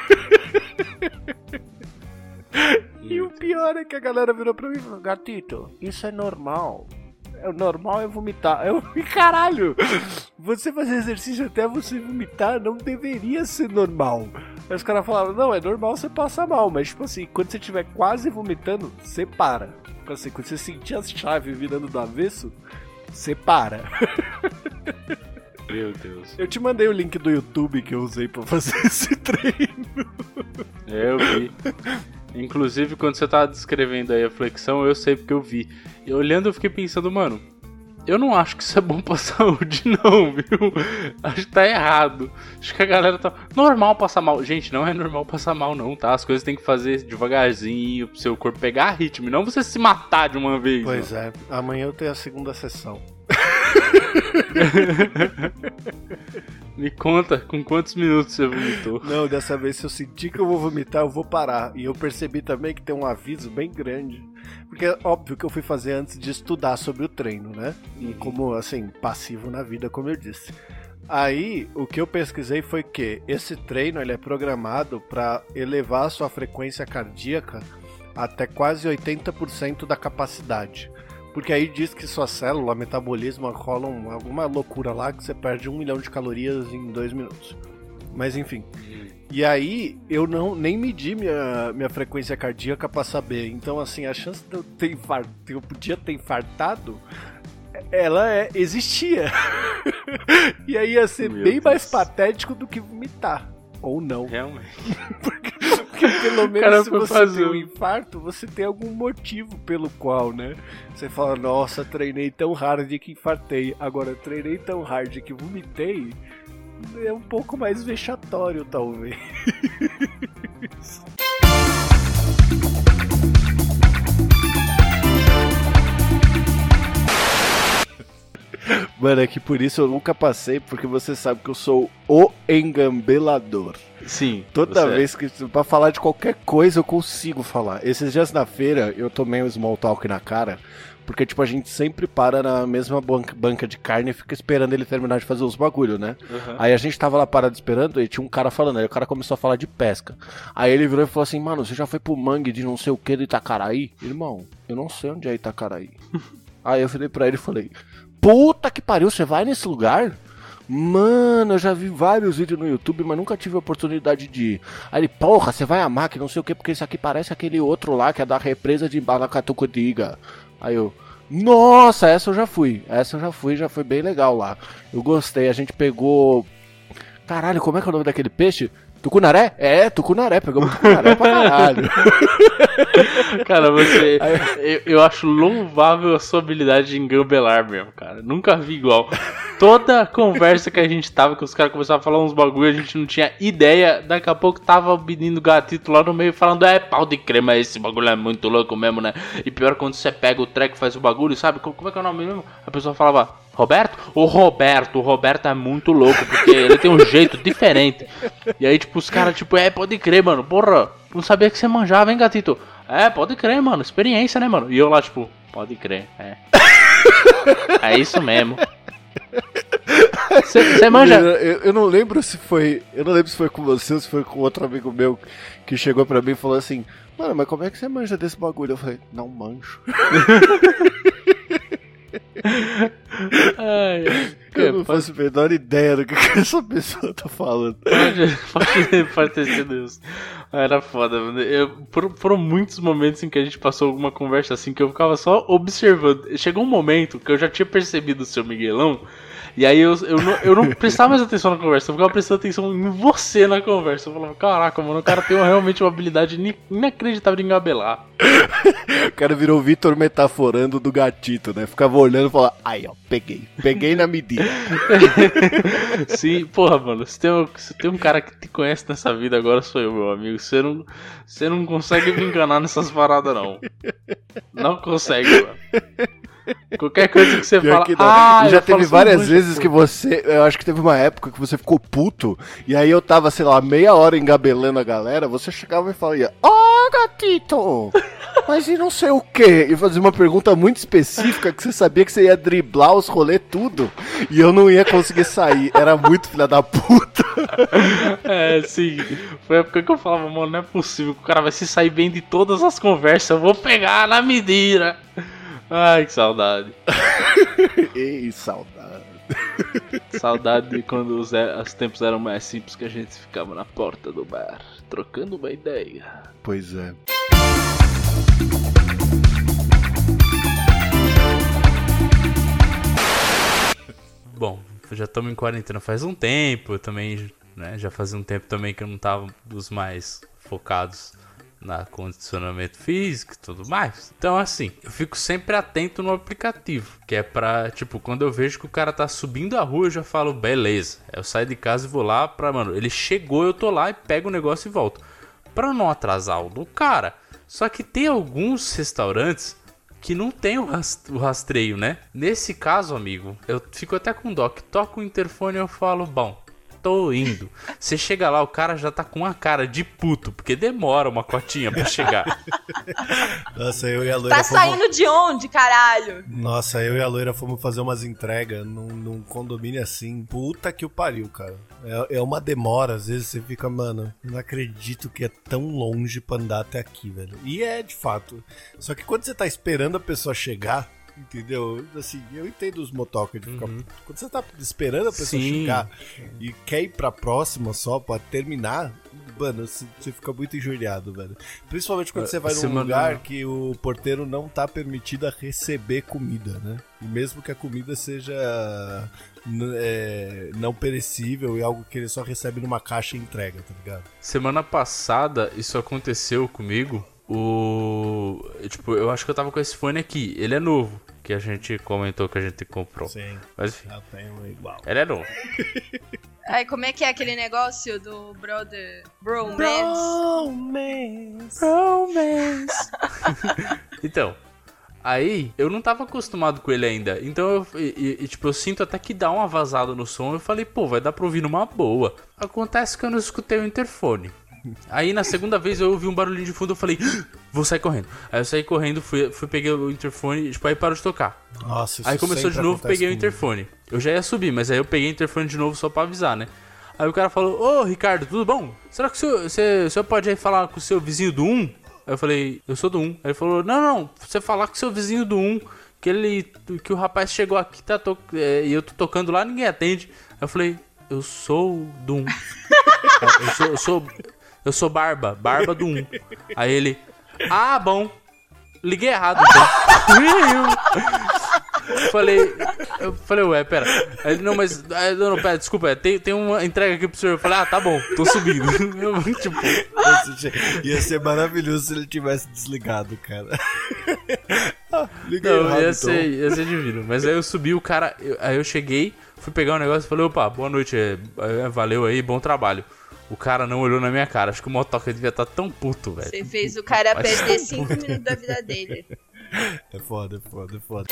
Speaker 1: E o pior é que a galera virou pra mim e falou, Gatito, isso é normal. O normal é vomitar. Eu, caralho, você fazer exercício até você vomitar não deveria ser normal. Aí os caras falavam, não, é normal você passar mal, mas tipo assim, quando você estiver quase vomitando, você para. Tipo assim, quando você sentir as chaves virando do avesso, você para.
Speaker 2: Meu Deus.
Speaker 1: Eu te mandei o link do YouTube que eu usei pra fazer esse treino.
Speaker 2: Eu vi. Inclusive, quando você tava descrevendo aí a flexão, eu sei porque eu vi. E olhando, eu fiquei pensando, mano, eu não acho que isso é bom pra saúde, não, viu? Acho que tá errado. Acho que a galera tá... Normal passar mal. Gente, não é normal passar mal, não, tá? As coisas tem que fazer devagarzinho pro seu corpo pegar ritmo, não você se matar de uma vez.
Speaker 1: Pois
Speaker 2: não.
Speaker 1: é, amanhã eu tenho a segunda sessão.
Speaker 2: Me conta, com quantos minutos você vomitou?
Speaker 1: Não, dessa vez se eu sentir que eu vou vomitar, eu vou parar. E eu percebi também que tem um aviso bem grande. Porque é óbvio que eu fui fazer antes de estudar sobre o treino, né? E como, assim, passivo na vida, como eu disse. Aí, o que eu pesquisei foi que esse treino ele é programado para elevar a sua frequência cardíaca até quase oitenta por cento da capacidade. Porque aí diz que sua célula, metabolismo, rola um, alguma loucura lá que você perde um milhão de calorias em dois minutos. Mas enfim. E aí, eu não nem medi minha, minha frequência cardíaca pra saber. Então, assim, a chance de eu ter infarto, eu podia ter infartado, ela é, existia. E aí ia ser
Speaker 2: Meu
Speaker 1: bem
Speaker 2: Deus.
Speaker 1: mais patético do que vomitar. Ou não.
Speaker 2: Realmente.
Speaker 1: Porque, porque pelo menos
Speaker 2: Cara,
Speaker 1: se
Speaker 2: foi
Speaker 1: você
Speaker 2: fazer
Speaker 1: tem um
Speaker 2: um-
Speaker 1: infarto, você tem algum motivo pelo qual, né? Você fala, nossa, treinei tão hard que infartei. Agora, treinei tão hard que vomitei. É um pouco mais vexatório, talvez. Mano, é que por isso eu nunca passei, porque você sabe que eu sou o engambelador.
Speaker 2: Sim.
Speaker 1: Toda
Speaker 2: você-
Speaker 1: vez que, pra falar de qualquer coisa, eu consigo falar. Esses dias na feira, eu tomei um small talk na cara, porque, tipo, a gente sempre para na mesma banca, banca de carne e fica esperando ele terminar de fazer os bagulho, né?
Speaker 2: Uhum.
Speaker 1: Aí a gente tava lá parado esperando e tinha um cara falando, aí o cara começou a falar de pesca. Aí ele virou e falou assim, mano, você já foi pro mangue de não sei o que do Itacaraí? Irmão, eu não sei onde é Itacaraí. Aí eu falei pra ele e falei, puta que pariu, você vai nesse lugar? Mano, eu já vi vários vídeos no YouTube, mas nunca tive a oportunidade de ir. Aí ele, porra, você vai amar que não sei o que, porque isso aqui parece aquele outro lá, que é da represa de Balacatucutiga. Aí eu, nossa, essa eu já fui, essa eu já fui, já foi bem legal lá. Eu gostei, a gente pegou... Caralho, como é que é o nome daquele peixe? Tucunaré? É, tucunaré, pegamos tucunaré pra caralho.
Speaker 2: Cara, você. Eu, eu acho louvável a sua habilidade de engambelar mesmo, cara. Nunca vi igual. Toda conversa que a gente tava, que os caras começavam a falar uns bagulho, a gente não tinha ideia. Daqui a pouco tava o menino gatito lá no meio falando: é pau de crema, esse bagulho é muito louco mesmo, né? E pior quando você pega o treco e faz o bagulho, sabe? Como é que é o nome mesmo? A pessoa falava: Roberto? O Roberto, o Roberto é muito louco, porque ele tem um jeito diferente. E aí, tipo, os caras, tipo, é, pode crer, mano, porra, não sabia que você manjava, hein, gatito? É, pode crer, mano, experiência, né, mano? E eu lá, tipo, pode crer, é. É isso mesmo. Você manja?
Speaker 1: Eu, eu não lembro se foi. Eu não lembro se foi com você ou se foi com outro amigo meu que chegou pra mim e falou assim: mano, mas como é que você manja desse bagulho? Eu falei, não manjo.
Speaker 2: Ai, ai.
Speaker 1: Eu não faço a menor ideia do que, que essa pessoa tá falando.
Speaker 2: Pode, pode, pode ter sido isso. Era foda, mano. Eu, por, foram muitos momentos em que a gente passou alguma conversa assim que eu ficava só observando. Chegou um momento que eu já tinha percebido o seu Miguelão. E aí eu, eu, não, eu não prestava mais atenção na conversa, eu ficava prestando atenção em você na conversa. Eu falava, caraca, mano, o cara tem realmente uma habilidade inacreditável de engabelar.
Speaker 1: O cara virou o Vitor metaforando do gatito, né? Ficava olhando e falava, aí ó, peguei, peguei na medida.
Speaker 2: Sim, porra, mano, se tem, um, se tem um cara que te conhece nessa vida agora sou eu, meu amigo. Você não, você não consegue me enganar nessas paradas, não. Não consegue, mano. Qualquer coisa que você
Speaker 1: Pior
Speaker 2: fala.
Speaker 1: que não.
Speaker 2: Ah,
Speaker 1: E já
Speaker 2: eu
Speaker 1: teve
Speaker 2: falo,
Speaker 1: várias
Speaker 2: "Manjo,
Speaker 1: vezes
Speaker 2: pô."
Speaker 1: que você. Eu acho que teve uma época que você ficou puto. E aí eu tava, sei lá, meia hora engabelando a galera. Você chegava e falava: Ó, gatito! Mas e não sei o quê? E fazia uma pergunta muito específica que você sabia que você ia driblar os rolês tudo. E eu não ia conseguir sair. Era muito filha da puta.
Speaker 2: É, sim. Foi a época que eu falava, mano, não é possível que o cara vai se sair bem de todas as conversas. Eu vou pegar na medida. Ai, que saudade.
Speaker 1: Ei, saudade.
Speaker 2: Saudade de quando os, os tempos eram mais simples, que a gente ficava na porta do bar, trocando uma ideia.
Speaker 1: Pois é.
Speaker 2: Bom, já estamos em quarentena faz um tempo, eu também, né, já fazia um tempo também que eu não tava dos mais focados na condicionamento físico e tudo mais. Então, assim, eu fico sempre atento no aplicativo, que é pra, tipo, quando eu vejo que o cara tá subindo a rua, eu já falo, beleza. Eu saio de casa e vou lá pra, mano, ele chegou, eu tô lá e pego o negócio e volto. Pra não atrasar o do cara. Só que tem alguns restaurantes que não tem o rastreio, né? Nesse caso, amigo, eu fico até com dó, que toca o interfone e eu falo, bom, tô indo. Você chega lá, o cara já tá com uma cara de puto, porque demora uma cotinha pra chegar.
Speaker 5: Nossa, eu e a loira
Speaker 6: Tá
Speaker 5: fomos...
Speaker 6: saindo de onde, caralho?
Speaker 5: Nossa, eu e a loira fomos fazer umas entregas num, num condomínio assim. Puta que o pariu, cara. É, é uma demora, às vezes você fica, mano, não acredito que é tão longe pra andar até aqui, velho. E é, de fato. Só que quando você tá esperando a pessoa chegar, entendeu? Assim, eu entendo os motoca de ficar...
Speaker 2: Uhum.
Speaker 5: Quando você tá esperando a pessoa
Speaker 2: Sim.
Speaker 5: chegar e quer ir pra próxima só pra terminar, mano, você, você fica muito injuriado, velho. Principalmente quando você vai num
Speaker 2: Semana...
Speaker 5: lugar que o porteiro não tá permitido a receber comida, né? E mesmo que a comida seja é, não perecível e algo que ele só recebe numa caixa e entrega, tá ligado?
Speaker 2: Semana passada, isso aconteceu comigo. O... Tipo, eu acho que eu tava com esse fone aqui. Ele é novo, que a gente comentou que a gente comprou.
Speaker 5: Sim.
Speaker 2: Mas enfim,
Speaker 5: Já tem um igual.
Speaker 2: ele é novo.
Speaker 6: Ai, como é que é aquele negócio do brother bromance?
Speaker 5: Bromance.
Speaker 2: Romance. Então, aí eu não tava acostumado com ele ainda. Então eu, e, e, tipo, eu sinto até que dá uma vazada no som. Eu falei, pô, vai dar pra ouvir numa boa. Acontece que eu não escutei o interfone. Aí na segunda vez eu ouvi um barulhinho de fundo, eu falei, vou sair correndo. Aí eu saí correndo, fui, fui peguei o interfone, tipo, aí parou de tocar.
Speaker 5: Nossa, isso
Speaker 2: Aí começou de
Speaker 5: sempre
Speaker 2: novo,
Speaker 5: acontece
Speaker 2: peguei o
Speaker 5: comigo.
Speaker 2: interfone. Eu já ia subir, mas aí eu peguei o interfone de novo só pra avisar, né? Aí o cara falou, ô Ricardo, tudo bom? Será que o senhor, você, o senhor pode aí falar com o seu vizinho do um? Aí eu falei, eu sou do um. Aí ele falou, não, não, você falar com o seu vizinho do um, que ele, que o rapaz chegou aqui, tá to- é, e eu tô tocando lá, ninguém atende. Aí eu falei, eu sou do um. eu sou, eu sou, eu sou Barba, Barba do um. Aí ele, ah, bom, liguei errado então. Falei, eu falei, ué, pera. Aí ele, não, mas, aí, não, não, pera, desculpa, tem, tem uma entrega aqui pro senhor. Eu falei, ah, tá bom, tô subindo. Eu, tipo,
Speaker 5: Ia ser maravilhoso se ele tivesse desligado, cara. Ah, liguei
Speaker 2: não,
Speaker 5: errado,
Speaker 2: ia
Speaker 5: então.
Speaker 2: ser, ia ser divino. Mas aí eu subi, o cara, eu- aí eu cheguei, fui pegar um negócio e falei, opa, boa noite, é, é, valeu aí, bom trabalho. O cara não olhou na minha cara, acho que o motoca devia estar tão puto, velho.
Speaker 6: Você fez o cara
Speaker 2: Mas-
Speaker 6: perder cinco minutos da vida dele.
Speaker 5: É foda, é foda, é foda.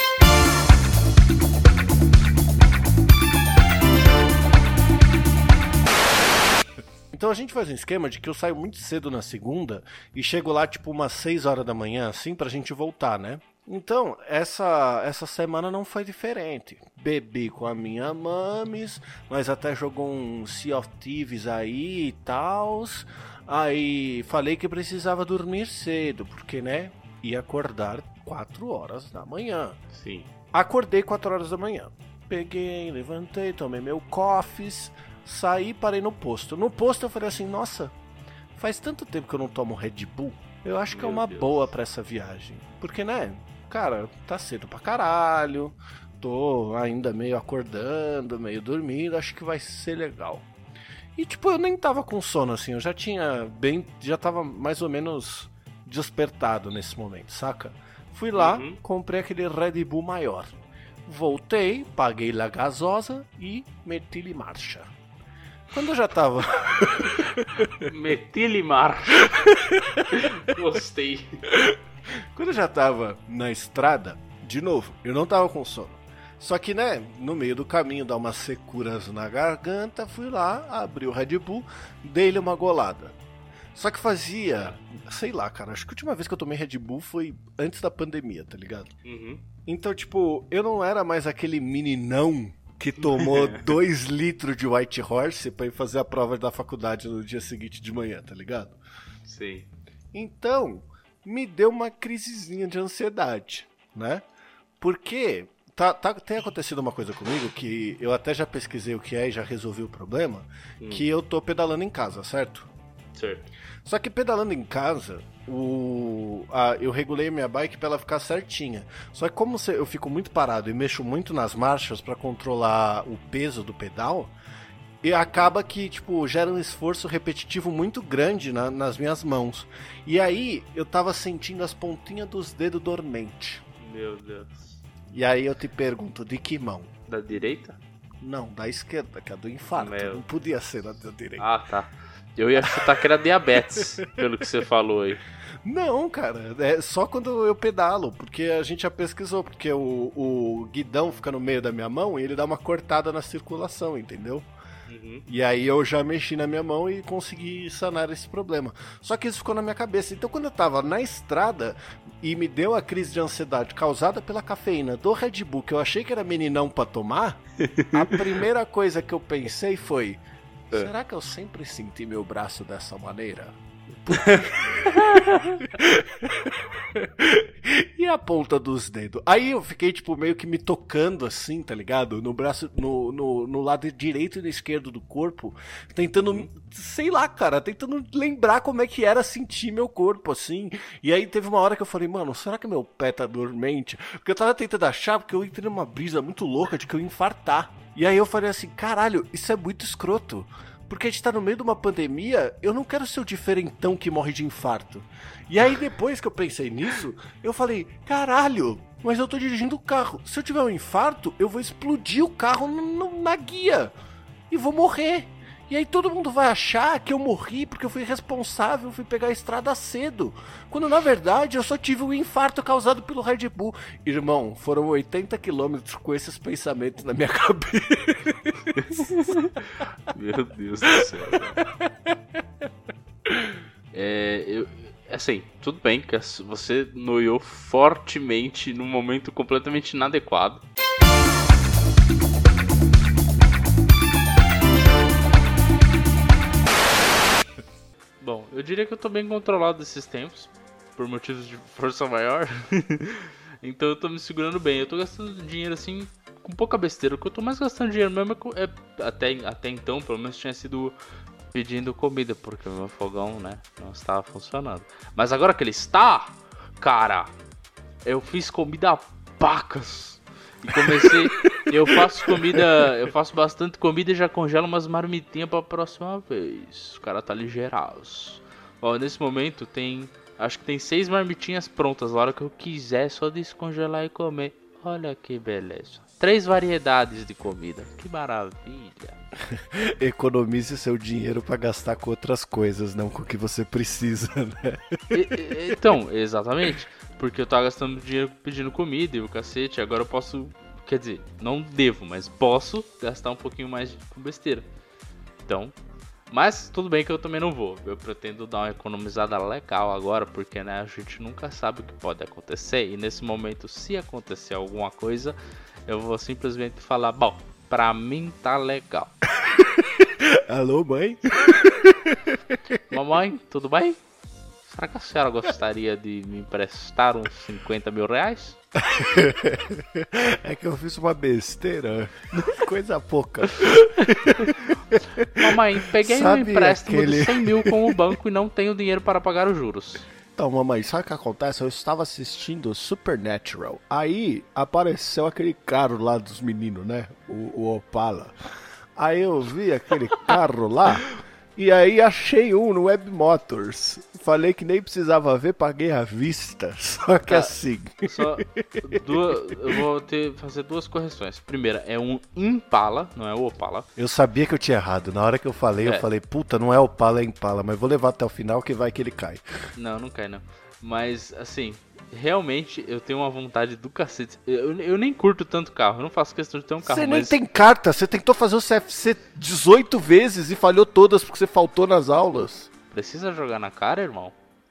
Speaker 1: Então a gente faz um esquema de que eu saio muito cedo na segunda e chego lá tipo umas seis horas da manhã, assim, pra gente voltar, né? Então, essa, essa semana não foi diferente. Bebi com a minha mames, mas até jogou um Sea of Thieves aí e tals. Aí falei que precisava dormir cedo, porque, né, ia acordar quatro horas da manhã.
Speaker 2: Sim.
Speaker 1: Acordei quatro horas da manhã. Peguei, levantei, tomei meu coffees, saí e parei no posto. No posto eu falei assim, nossa, faz tanto tempo que eu não tomo Red Bull, eu acho que é
Speaker 2: Meu
Speaker 1: uma
Speaker 2: Deus.
Speaker 1: boa pra essa viagem. Porque, né, cara, tá cedo pra caralho, tô ainda meio acordando, meio dormindo, acho que vai ser legal. E tipo, eu nem tava com sono assim, eu já tinha bem, já tava mais ou menos despertado nesse momento, saca? Fui lá,
Speaker 2: Uhum.
Speaker 1: comprei aquele Red Bull maior. Voltei, paguei lá gasosa e meti-lhe marcha. Quando eu já tava...
Speaker 2: Meti-lhe mar. Gostei.
Speaker 1: Quando eu já tava na estrada, de novo, eu não tava com sono. Só que, né, no meio do caminho, dá umas securas na garganta, fui lá, abri o Red Bull, dei-lhe uma golada. Só que fazia, sei lá, cara, acho que a última vez que eu tomei Red Bull foi antes da pandemia, tá ligado?
Speaker 2: Uhum.
Speaker 1: Então, tipo, eu não era mais aquele meninão que tomou dois litros de White Horse pra ir fazer a prova da faculdade no dia seguinte de manhã, tá ligado?
Speaker 2: Sim.
Speaker 1: Então, me deu uma crisezinha de ansiedade, né? Porque tá, tá, tem acontecido uma coisa comigo que eu até já pesquisei o que é e já resolvi o problema, hum. que eu tô pedalando em casa, certo?
Speaker 2: Certo.
Speaker 1: Só que pedalando em casa, o, a, eu regulei a minha bike pra ela ficar certinha. Só que como se, eu fico muito parado e mexo muito nas marchas pra controlar o peso do pedal, e acaba que, tipo, gera um esforço repetitivo muito grande na, nas minhas mãos. E aí, eu tava sentindo as pontinhas dos dedos dormentes.
Speaker 2: Meu Deus.
Speaker 1: E aí eu te pergunto, de que mão?
Speaker 2: Da direita?
Speaker 1: Não, da esquerda, que é do infarto.
Speaker 2: Meu.
Speaker 1: Não podia ser da direita.
Speaker 2: Ah, tá. Eu ia chutar que era diabetes, pelo que você falou aí.
Speaker 1: Não, cara, é só quando eu pedalo, porque a gente já pesquisou, porque o, o guidão fica no meio da minha mão e ele dá uma cortada na circulação, entendeu? Uhum. E aí eu já mexi na minha mão e consegui sanar esse problema. Só que isso ficou na minha cabeça. Então quando eu tava na estrada e me deu a crise de ansiedade causada pela cafeína do Red Bull, que eu achei que era meninão pra tomar, a primeira coisa que eu pensei foi: será que eu sempre senti meu braço dessa maneira? E a ponta dos dedos? Aí eu fiquei, tipo, meio que me tocando assim, tá ligado? No braço, no, no, no lado direito e esquerdo do corpo, tentando, sei lá, cara, tentando lembrar como é que era sentir meu corpo, assim. E aí teve uma hora que eu falei, mano, será que meu pé tá dormente? Porque eu tava tentando achar, porque eu entrei numa brisa muito louca de que eu ia infartar. E aí eu falei assim, caralho, isso é muito escroto. Porque a gente tá no meio de uma pandemia, eu não quero ser o diferentão que morre de infarto. E aí depois que eu pensei nisso, eu falei, caralho, mas eu tô dirigindo o carro. Se eu tiver um infarto, eu vou explodir o carro no, na guia. E vou morrer. E aí todo mundo vai achar que eu morri porque eu fui responsável, fui pegar a estrada cedo. Quando na verdade eu só tive um infarto causado pelo Red Bull. Irmão, foram oitenta quilômetros com esses pensamentos na minha cabeça.
Speaker 2: Meu Deus do céu. É, eu, assim, tudo bem que você noiou fortemente num momento completamente inadequado. Bom, eu diria que eu tô bem controlado desses tempos, por motivos de força maior. Então eu tô me segurando bem. Eu tô gastando dinheiro assim, com pouca besteira. O que eu tô mais gastando dinheiro mesmo é, é até, até então, pelo menos tinha sido pedindo comida, porque o meu fogão, né, não estava funcionando. Mas agora que ele está, cara, eu fiz comida a pacas. E comecei, eu faço comida, eu faço bastante comida e já congelo umas marmitinhas pra próxima vez. O cara tá ligeiraço. Ó, nesse momento tem, acho que tem seis marmitinhas prontas. Na hora que eu quiser, só descongelar e comer. Olha que beleza. Três variedades de comida. Que maravilha.
Speaker 1: Economize seu dinheiro pra gastar com outras coisas, não com o que você precisa, né?
Speaker 2: E, e, então, exatamente. Porque eu tava gastando dinheiro pedindo comida e o cacete. Agora eu posso, quer dizer, não devo, mas posso gastar um pouquinho mais com besteira. Então, mas tudo bem que eu também não vou. Eu pretendo dar uma economizada legal agora, porque, né, a gente nunca sabe o que pode acontecer. E nesse momento, se acontecer alguma coisa, eu vou simplesmente falar, bom, pra mim tá legal.
Speaker 1: Alô, mãe?
Speaker 2: Mamãe, tudo bem? Será que a senhora gostaria de me emprestar uns cinquenta mil reais?
Speaker 1: É que eu fiz uma besteira. Coisa pouca.
Speaker 2: Mamãe, peguei
Speaker 1: Sabe
Speaker 2: um empréstimo
Speaker 1: aquele...
Speaker 2: de cem mil com o banco e não tenho dinheiro para pagar os juros.
Speaker 1: Então, mamãe, sabe o que acontece? Eu estava assistindo Supernatural. Aí apareceu aquele carro lá dos meninos, né? O, o Opala. Aí eu vi aquele carro lá. E aí achei um no Web Motors. Falei que nem precisava ver, paguei à vista. Só que
Speaker 2: tá,
Speaker 1: assim.
Speaker 2: Só duas, eu vou ter, fazer duas correções. Primeira, é um Impala, não é o Opala.
Speaker 1: Eu sabia que eu tinha errado. Na hora que eu falei,
Speaker 2: é.
Speaker 1: eu falei, puta, não é Opala, é Impala. Mas vou levar até o final que vai que ele cai.
Speaker 2: Não, não cai não. Mas, assim, realmente eu tenho uma vontade do cacete. Eu, eu nem curto tanto carro, eu não faço questão de ter um carro.
Speaker 1: Você nem
Speaker 2: mas...
Speaker 1: tem carta, você tentou fazer o C F C dezoito vezes e falhou todas porque você faltou nas aulas.
Speaker 2: Precisa jogar na cara, irmão?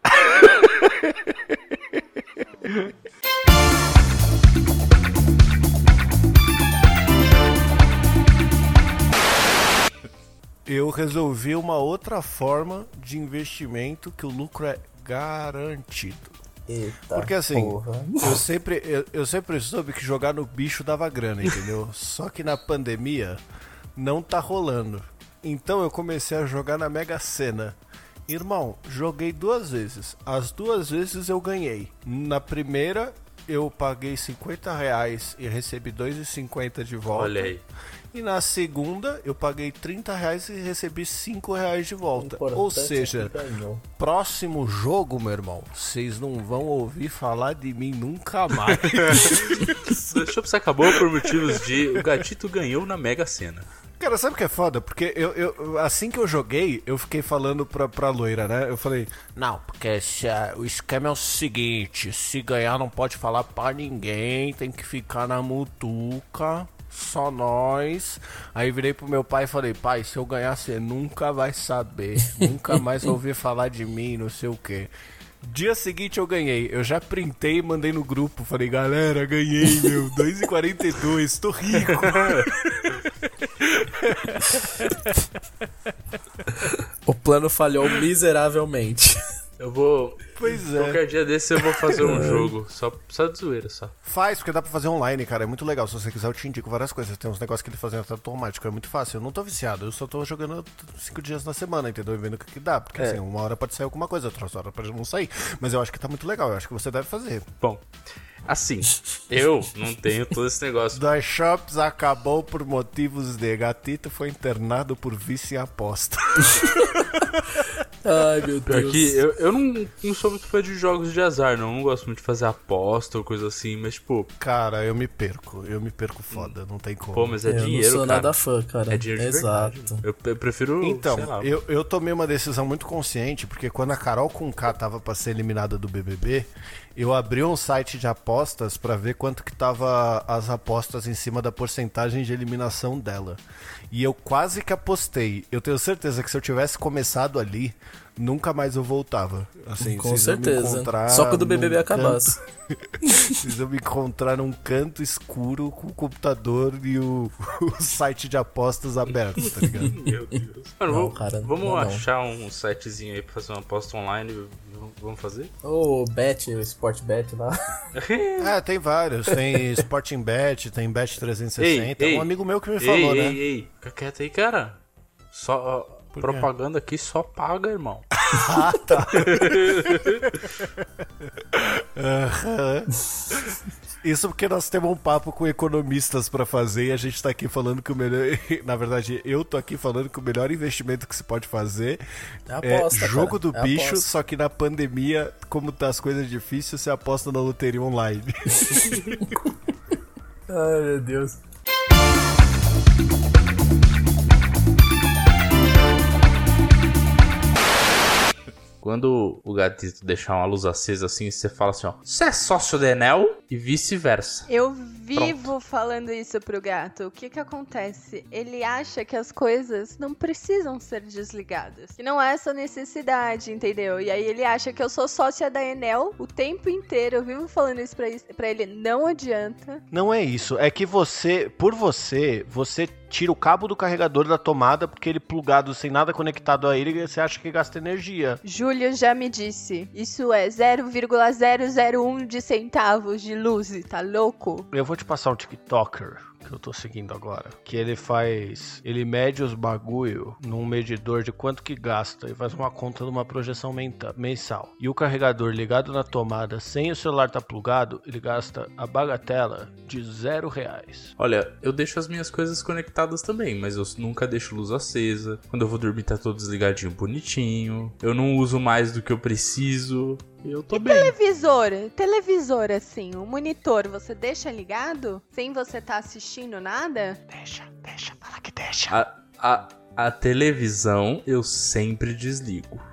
Speaker 5: Eu resolvi uma outra forma de investimento que o lucro é garantido.
Speaker 7: Eita,
Speaker 5: Porque assim,
Speaker 7: porra.
Speaker 5: eu sempre, eu, eu sempre soube que jogar no bicho dava grana, entendeu? Só que na pandemia não tá rolando. Então eu comecei a jogar na Mega Sena. Irmão, joguei duas vezes. As duas vezes eu ganhei. Na primeira eu paguei cinquenta reais e recebi dois reais e cinquenta de volta.
Speaker 2: Olha aí.
Speaker 5: E na segunda eu paguei trinta reais e recebi cinco reais de volta.
Speaker 7: Importante
Speaker 5: Ou
Speaker 7: é
Speaker 5: seja,
Speaker 7: que ganhou.
Speaker 5: próximo jogo, meu irmão, vocês não vão ouvir falar de mim nunca mais.
Speaker 2: O Chops acabou por motivos de o gatito ganhou na Mega Sena.
Speaker 5: Cara, sabe o que é foda? Porque eu, eu, assim que eu joguei, eu fiquei falando pra, pra loira, né? Eu falei, não, porque se, uh, o esquema é o seguinte, se ganhar não pode falar pra ninguém, tem que ficar na mutuca, só nós. Aí virei pro meu pai e falei, pai, se eu ganhar você nunca vai saber, nunca mais vai ouvir falar de mim, não sei o quê. Dia seguinte eu ganhei, eu já printei e mandei no grupo, falei, galera, ganhei, meu, dois reais e quarenta e dois, tô rico.
Speaker 7: O plano falhou miseravelmente.
Speaker 2: Eu vou...
Speaker 5: Pois é.
Speaker 2: Qualquer dia desse eu vou fazer um jogo, só, só de zoeira, só.
Speaker 5: Faz, porque dá pra fazer online, cara, é muito legal. Se você quiser eu te indico várias coisas. Tem uns negócios que ele fazem até automático, é muito fácil. Eu não tô viciado, eu só tô jogando cinco dias na semana, entendeu? E vendo o que, que dá. Porque
Speaker 2: É.
Speaker 5: assim, uma hora pode sair alguma coisa, outra hora pode não sair. Mas eu acho que tá muito legal, eu acho que você deve fazer.
Speaker 2: Bom, assim, eu não tenho todo esse negócio.
Speaker 5: Dois Shops acabou por motivos de gatito, foi internado por vício em aposta.
Speaker 7: Ai, meu
Speaker 2: Pior
Speaker 7: Deus.
Speaker 2: que eu, eu não, não sou muito fã de jogos de azar, não. Eu não gosto muito de fazer aposta ou coisa assim, mas, tipo,
Speaker 5: Cara, eu me perco, eu me perco foda, não tem como.
Speaker 2: pô, mas é
Speaker 7: eu
Speaker 2: dinheiro,
Speaker 7: não sou
Speaker 2: cara.
Speaker 7: nada fã, cara.
Speaker 2: É dinheiro de
Speaker 7: Exato.
Speaker 2: verdade. Eu, eu prefiro,
Speaker 5: Então,
Speaker 2: sei lá.
Speaker 5: eu, eu tomei uma decisão muito consciente, porque quando a Carol Conká tava pra ser eliminada do B B B, eu abri um site de apostas pra ver quanto que tava as apostas em cima da porcentagem de eliminação dela. E eu quase que apostei. Eu tenho certeza que se eu tivesse começado ali, nunca mais eu voltava. Assim,
Speaker 7: Com
Speaker 5: vocês iam me
Speaker 7: certeza.
Speaker 5: encontrar
Speaker 7: Só quando o B B B
Speaker 5: num
Speaker 7: acabasse.
Speaker 5: Vocês vão me encontrar num canto escuro com o computador e o, o site de apostas aberto, tá ligado?
Speaker 2: Meu Deus. Mano,
Speaker 7: Não,
Speaker 2: vamos,
Speaker 7: cara,
Speaker 2: vamos
Speaker 7: não, não.
Speaker 2: achar um sitezinho aí pra fazer uma aposta online. v- Vamos fazer?
Speaker 7: O Bet, o Sportbet lá.
Speaker 5: É, tem vários. Tem Sporting Bet, tem Bet trezentos e sessenta.
Speaker 2: Ei, ei.
Speaker 5: um amigo meu que me
Speaker 2: Ei,
Speaker 5: falou,
Speaker 2: ei,
Speaker 5: né?
Speaker 2: ei, fica quieto aí, cara. Só, ó,
Speaker 5: Por quê?
Speaker 2: propaganda aqui só paga, irmão.
Speaker 5: Ah, tá. Aham. Isso porque nós temos um papo com economistas pra fazer e a gente tá aqui falando que o melhor... Na verdade, eu tô aqui falando que o melhor investimento que se pode fazer
Speaker 7: É aposta,
Speaker 5: é jogo
Speaker 7: cara.
Speaker 5: do
Speaker 7: É
Speaker 5: bicho,
Speaker 7: aposta.
Speaker 5: só que na pandemia, como tá as coisas difíceis, você aposta na loteria online.
Speaker 7: Ai, meu Deus.
Speaker 2: Quando o gatito deixar uma luz acesa assim, você fala assim, ó, você é sócio da Enel? E vice-versa.
Speaker 4: Eu vivo falando isso pro gato. O que que acontece? Ele acha que as coisas não precisam ser desligadas. Que não há essa necessidade, entendeu? E aí ele acha que eu sou sócia da Enel o tempo inteiro. Eu vivo falando isso pra, isso- pra ele. Não adianta.
Speaker 3: Não é isso, é que você, por você, você tira o cabo do carregador da tomada porque ele plugado sem nada conectado a ele, você acha que gasta energia.
Speaker 4: Júlio já me disse. Isso é zero vírgula zero zero um de centavos de luz. Tá louco?
Speaker 3: Eu vou te passar um TikToker que eu tô seguindo agora, que ele faz, ele mede os bagulho num medidor de quanto que gasta e faz uma conta de uma projeção menta- mensal. E o carregador ligado na tomada sem o celular tá plugado, ele gasta a bagatela de zero reais.
Speaker 2: Olha, eu deixo as minhas coisas conectadas também, mas eu nunca deixo luz acesa. Quando eu vou dormir tá todo desligadinho, bonitinho. Eu não uso mais do que eu preciso. E eu tô bem.
Speaker 4: Televisor, televisor assim, o monitor, você deixa ligado? Sem você tá assistindo nada?
Speaker 3: Deixa, deixa, fala que deixa.
Speaker 2: A, a, a televisão eu sempre desligo.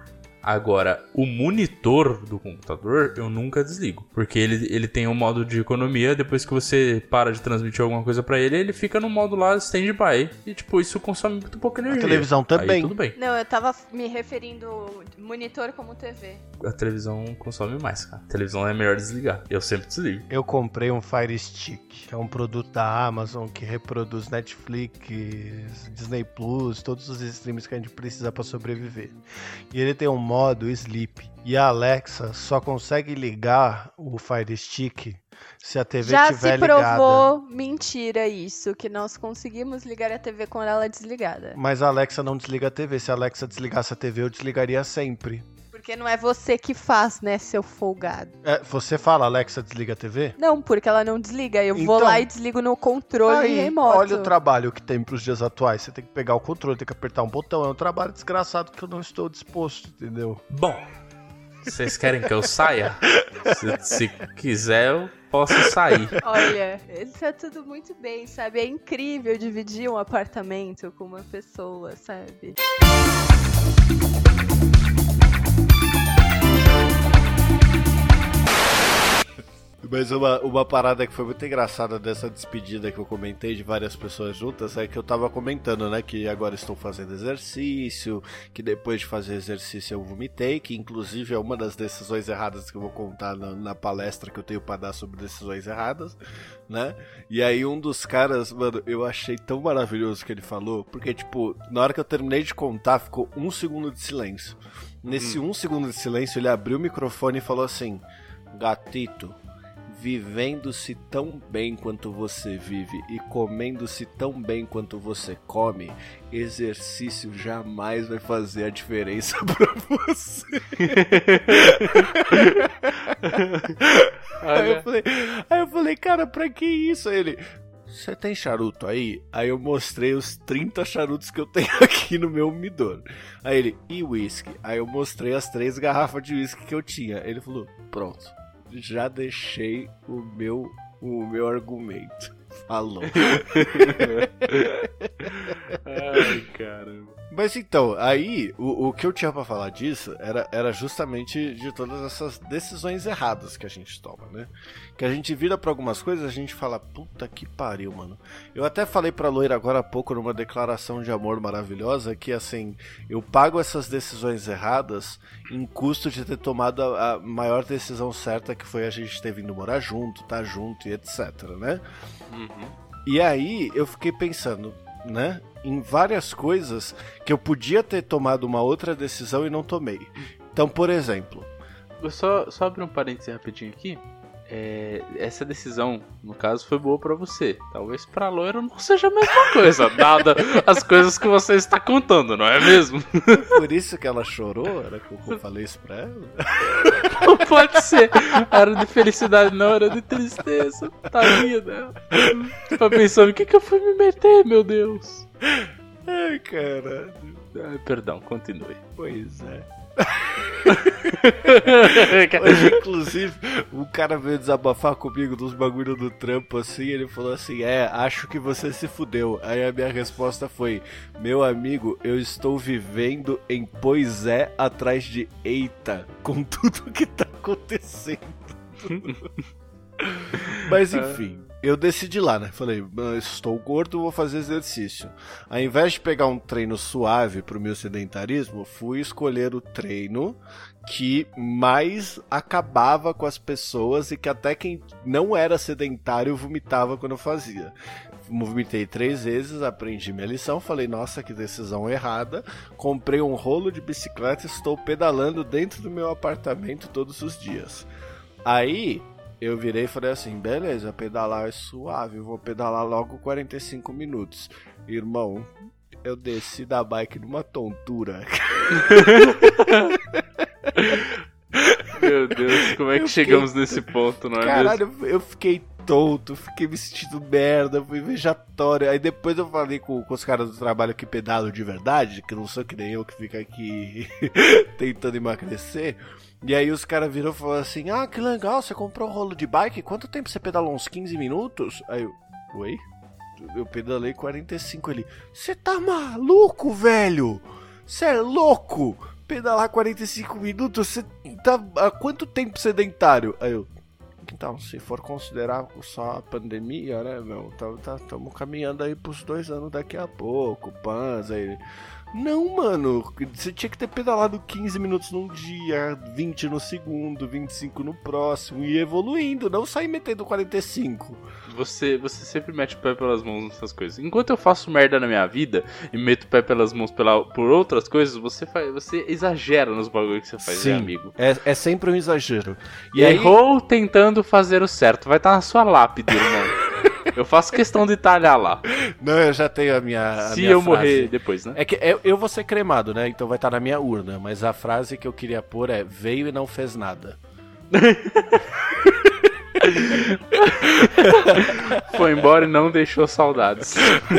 Speaker 2: Agora, o monitor do computador eu nunca desligo. Porque ele, ele tem um modo de economia. Depois que você para de transmitir alguma coisa pra ele, ele fica no modo lá stand-by. E tipo, isso consome muito pouca energia.
Speaker 3: A televisão também.
Speaker 2: Aí, tudo bem.
Speaker 4: Não, eu tava me referindo monitor como T V.
Speaker 2: A televisão consome mais, cara. A televisão é melhor desligar. Eu sempre desligo.
Speaker 3: Eu comprei um Fire Stick, que é um produto da Amazon que reproduz Netflix, Disney Plus, todos os streams que a gente precisa pra sobreviver. E ele tem um modo Sleep. E a Alexa só consegue ligar o Fire Stick se a T V
Speaker 4: Já
Speaker 3: estiver
Speaker 4: se
Speaker 3: ligada.
Speaker 4: provou mentira isso, que nós conseguimos ligar a T V com ela desligada.
Speaker 3: Mas a Alexa não desliga a T V. Se a Alexa desligasse a T V, eu desligaria sempre.
Speaker 4: Porque não é você que faz, né, seu folgado.
Speaker 3: É, você fala, Alexa, desliga a T V?
Speaker 4: Não, porque ela não desliga. Eu vou
Speaker 3: Então,
Speaker 4: lá e desligo no controle
Speaker 3: Aí,
Speaker 4: remoto.
Speaker 3: olha o trabalho que tem pros dias atuais. Você tem que pegar o controle, tem que apertar um botão. É um trabalho desgraçado que eu não estou disposto, entendeu?
Speaker 2: Bom, vocês querem que eu saia? Se, se quiser, eu posso sair.
Speaker 4: Olha, isso é tudo muito bem, sabe? É incrível dividir um apartamento com uma pessoa, sabe?
Speaker 1: Mas uma, uma parada que foi muito engraçada dessa despedida que eu comentei de várias pessoas juntas é que eu tava comentando, né, que agora estou fazendo exercício, que depois de fazer exercício eu vomitei, que inclusive é uma das decisões erradas que eu vou contar na, na palestra que eu tenho pra dar sobre decisões erradas, né? E aí um dos caras, mano, eu achei tão maravilhoso que ele falou, porque tipo, na hora que eu terminei de contar, ficou um segundo de silêncio. Nesse hum. um segundo de silêncio, ele abriu o microfone e falou assim: gatito, vivendo-se tão bem quanto você vive e comendo-se tão bem quanto você come, exercício jamais vai fazer a diferença pra você. aí, eu falei, aí eu falei, cara, pra que isso? Aí ele, você tem charuto aí? Aí eu mostrei os trinta charutos que eu tenho aqui no meu umidor. Aí ele, e whisky? Aí eu mostrei as três garrafas de whisky que eu tinha. Ele falou, pronto. Já deixei o meu, o meu argumento. Falou.
Speaker 2: Ai, caramba.
Speaker 1: Mas então, aí, o, o que eu tinha pra falar disso era, era justamente de todas essas decisões erradas que a gente toma, né? Que a gente vira pra algumas coisas e a gente fala, puta que pariu, mano. Eu até falei pra Loira agora há pouco numa declaração de amor maravilhosa que, assim, eu pago essas decisões erradas em custo de ter tomado a, a maior decisão certa, que foi a gente ter vindo morar junto, tá junto e etc, né?
Speaker 2: Uhum.
Speaker 1: E aí, eu fiquei pensando, né, em várias coisas que eu podia ter tomado uma outra decisão e não tomei. Então, por exemplo...
Speaker 2: Eu só, só abrir um parênteses rapidinho aqui. É, essa decisão, no caso, foi boa pra você. Talvez pra Loira não seja a mesma coisa, dada as coisas que você está contando, não é mesmo?
Speaker 1: Por isso que ela chorou? Era que eu falei isso pra ela?
Speaker 2: Não pode ser. Era de felicidade, não, era de tristeza. Tadinha dela. Tava pensando, o que que eu fui me meter, meu Deus?
Speaker 1: Ai, caralho.
Speaker 2: Ai, perdão, continue.
Speaker 1: Pois é. Hoje, inclusive, um cara veio desabafar comigo dos bagulho do trampo assim. Ele falou assim: é, acho que você se fudeu. Aí a minha resposta foi: meu amigo, eu estou vivendo em pois é atrás de eita, com tudo que tá acontecendo. Mas enfim, eu decidi lá, né? Falei, estou gordo, vou fazer exercício. Ao invés de pegar um treino suave pro meu sedentarismo, fui escolher o treino que mais acabava com as pessoas e que até quem não era sedentário vomitava quando eu fazia. Vomitei três vezes, aprendi minha lição, falei, nossa, que decisão errada. Comprei um rolo de bicicleta e estou pedalando dentro do meu apartamento todos os dias. Aí... eu virei e falei assim, beleza, pedalar é suave, eu vou pedalar logo quarenta e cinco minutos. Irmão, eu desci da bike numa tontura.
Speaker 2: Meu Deus, como é que eu chegamos fiquei... nesse ponto, não é
Speaker 1: Caralho,
Speaker 2: mesmo?
Speaker 1: eu fiquei tonto, fiquei me sentindo merda, fui vejatório. Aí depois eu falei com, com os caras do trabalho que pedalam de verdade, que não sou que nem eu que fica aqui tentando emagrecer. E aí os caras viram e falaram assim, ah, que legal, você comprou um rolo de bike, quanto tempo você pedalou? Uns quinze minutos? Aí eu, oi? Eu pedalei quarenta e cinco ali. Você tá maluco, velho? Você é louco?
Speaker 5: pedalar quarenta e cinco minutos, você tá há quanto tempo sedentário? Aí eu, então, se for considerar só a pandemia, né, meu, estamos tá, tá, caminhando aí pros dois anos daqui a pouco, Panza, aí... Não, mano, você tinha que ter pedalado quinze minutos num dia, vinte no segundo, vinte e cinco no próximo, e evoluindo, não sair metendo quarenta e cinco.
Speaker 2: Você, você sempre mete o pé pelas mãos nessas coisas. Enquanto eu faço merda na minha vida e meto o pé pelas mãos pela, por outras coisas, você, faz, você exagera nos bagulhos que você faz,
Speaker 5: Sim,
Speaker 2: né, amigo?
Speaker 5: É, é sempre um exagero.
Speaker 2: E
Speaker 5: E aí...
Speaker 2: Errou tentando fazer o certo. Vai estar na sua lápide, irmão. Eu faço questão de talhar lá.
Speaker 5: Não, eu já tenho a minha a
Speaker 2: Se
Speaker 5: minha
Speaker 2: eu
Speaker 5: frase.
Speaker 2: morrer depois, né?
Speaker 5: É que eu, eu vou ser cremado, né? Então vai estar na minha urna. Mas a frase que eu queria pôr é: veio e não fez nada.
Speaker 2: Foi embora e não deixou saudades.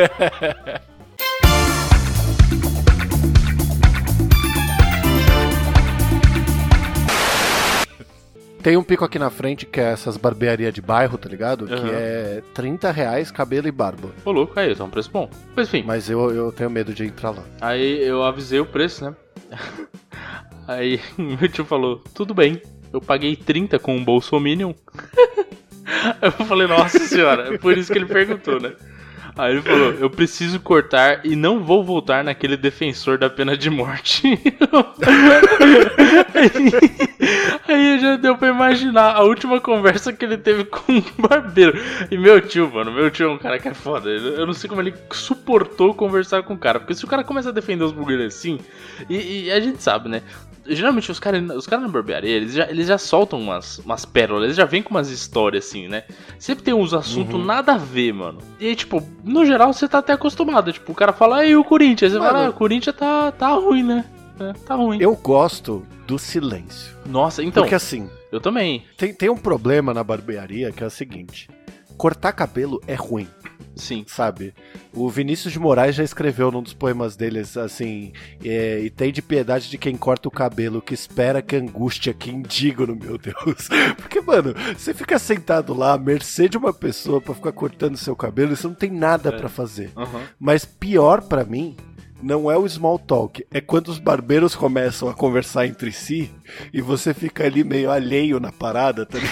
Speaker 5: Tem um pico aqui na frente que é essas barbearias de bairro, tá ligado?
Speaker 2: Uhum.
Speaker 5: Que é trinta reais cabelo e barba.
Speaker 2: Ô, louco, aí, tá um preço bom. Mas enfim.
Speaker 5: Mas eu, eu tenho medo de entrar lá.
Speaker 2: Aí eu avisei o preço, né? Aí meu tio falou, tudo bem. Eu paguei trinta com um Bolsominion. Aí eu falei, nossa senhora, é por isso que ele perguntou, né? Aí ele falou, eu preciso cortar e não vou voltar naquele defensor da pena de morte. aí, aí já deu pra imaginar a última conversa que ele teve com o barbeiro. E meu tio, mano, meu tio é um cara que é foda. Eu não sei como ele suportou conversar com o cara. Porque se o cara começa a defender os bagulhos assim, e, e a gente sabe, né? Geralmente os caras os cara na barbearia, eles já, eles já soltam umas, umas pérolas, eles já vêm com umas histórias assim, né? Sempre tem uns assuntos
Speaker 5: Uhum.
Speaker 2: nada a ver, mano. E aí, tipo, no geral você tá até acostumado. Tipo, o cara fala, aí o Corinthians. Aí você
Speaker 5: Mano,
Speaker 2: fala, ah, o Corinthians tá, tá ruim, né? É, tá ruim.
Speaker 5: Eu gosto do silêncio.
Speaker 2: Nossa, então,
Speaker 5: Porque assim,
Speaker 2: eu também.
Speaker 5: tem, tem um problema na barbearia que é o seguinte: cortar cabelo é ruim.
Speaker 2: Sim.
Speaker 5: Sabe? O Vinícius de Moraes já escreveu num dos poemas deles assim: é, e tem de piedade de quem corta o cabelo, que espera, que angústia, que indigno, meu Deus. Porque, mano, você fica sentado lá à mercê de uma pessoa pra ficar cortando seu cabelo e você não tem nada
Speaker 2: É.
Speaker 5: pra fazer.
Speaker 2: Uhum.
Speaker 5: Mas pior pra mim não é o small talk, é quando os barbeiros começam a conversar entre si e você fica ali meio alheio na parada, tá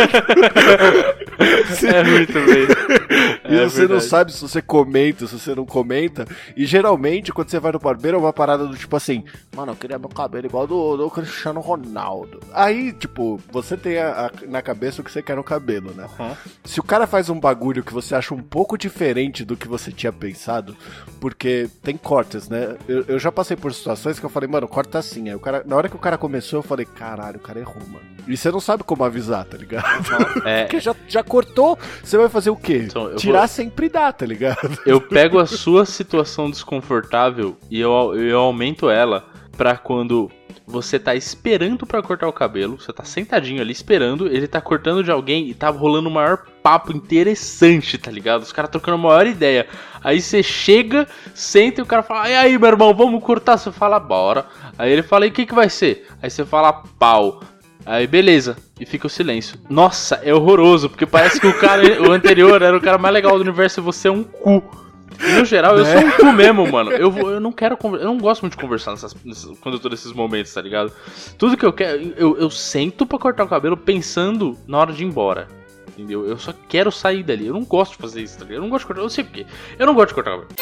Speaker 5: ligado?
Speaker 2: É ruim também.
Speaker 5: E
Speaker 2: É
Speaker 5: você não
Speaker 2: verdade.
Speaker 5: sabe se você comenta, se você não comenta. E geralmente, quando você vai no barbeiro, é uma parada do tipo assim: mano, eu queria meu cabelo igual do, do Cristiano Ronaldo. Aí, tipo, você tem a, a- na cabeça o que você quer no cabelo, né?
Speaker 2: Uhum.
Speaker 5: Se o cara faz um bagulho que você acha um pouco diferente do que você tinha pensado, porque tem cortes, né? Eu, eu já passei por situações que eu falei, mano, corta assim. Aí o cara, na hora que o cara começou, eu falei, caralho, o cara errou, mano. E você não sabe como avisar, tá ligado?
Speaker 2: É,
Speaker 5: Porque já, já cortou, você vai fazer o quê?
Speaker 2: Então, eu
Speaker 5: Tirar
Speaker 2: vou-
Speaker 5: sempre dá, tá ligado?
Speaker 2: eu pego a sua situação desconfortável e eu, eu aumento ela pra quando você tá esperando pra cortar o cabelo, você tá sentadinho ali esperando, ele tá cortando de alguém e tá rolando o maior papo interessante, tá ligado? Os caras trocando a maior ideia. Aí você chega, senta e o cara fala, e aí, meu irmão, vamos cortar? Você fala, bora. Aí ele fala, e o que que vai ser? Aí você fala, pau. Aí beleza, e fica o silêncio. Nossa, é horroroso, porque parece que o cara, o anterior era o cara mais legal do universo e você é um cu. E no geral, eu sou um cu mesmo, mano. Eu, vou- eu não quero conver- eu não gosto muito de conversar nessas, nessas- quando eu tô nesses momentos, tá ligado? Tudo que eu quero, eu, eu sento pra cortar o cabelo pensando na hora de ir embora. Entendeu? Eu só quero sair dali. Eu não gosto de fazer isso, tá ligado? Eu não gosto de cortar, eu sei por quê. Eu não gosto de cortar o cabelo.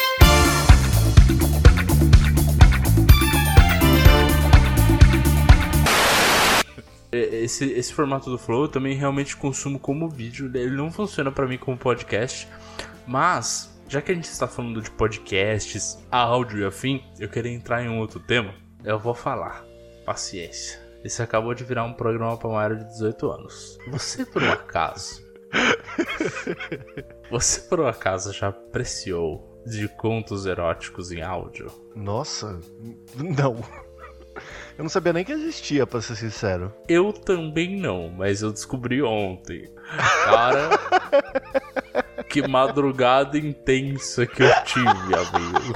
Speaker 2: Esse, esse formato do Flow eu também realmente consumo como vídeo. Ele não funciona pra mim como podcast. Mas, já que a gente está falando de podcasts, áudio e afim, eu queria entrar em um outro tema. Eu vou falar. Paciência. Esse acabou de virar um programa para maior de dezoito anos. Você, por um acaso... Você, por um acaso, já apreciou de contos eróticos em áudio?
Speaker 3: Nossa, não. Eu não sabia nem que existia, pra ser sincero.
Speaker 2: Eu também não, mas eu descobri ontem. Cara, que madrugada intensa que eu tive, amigo.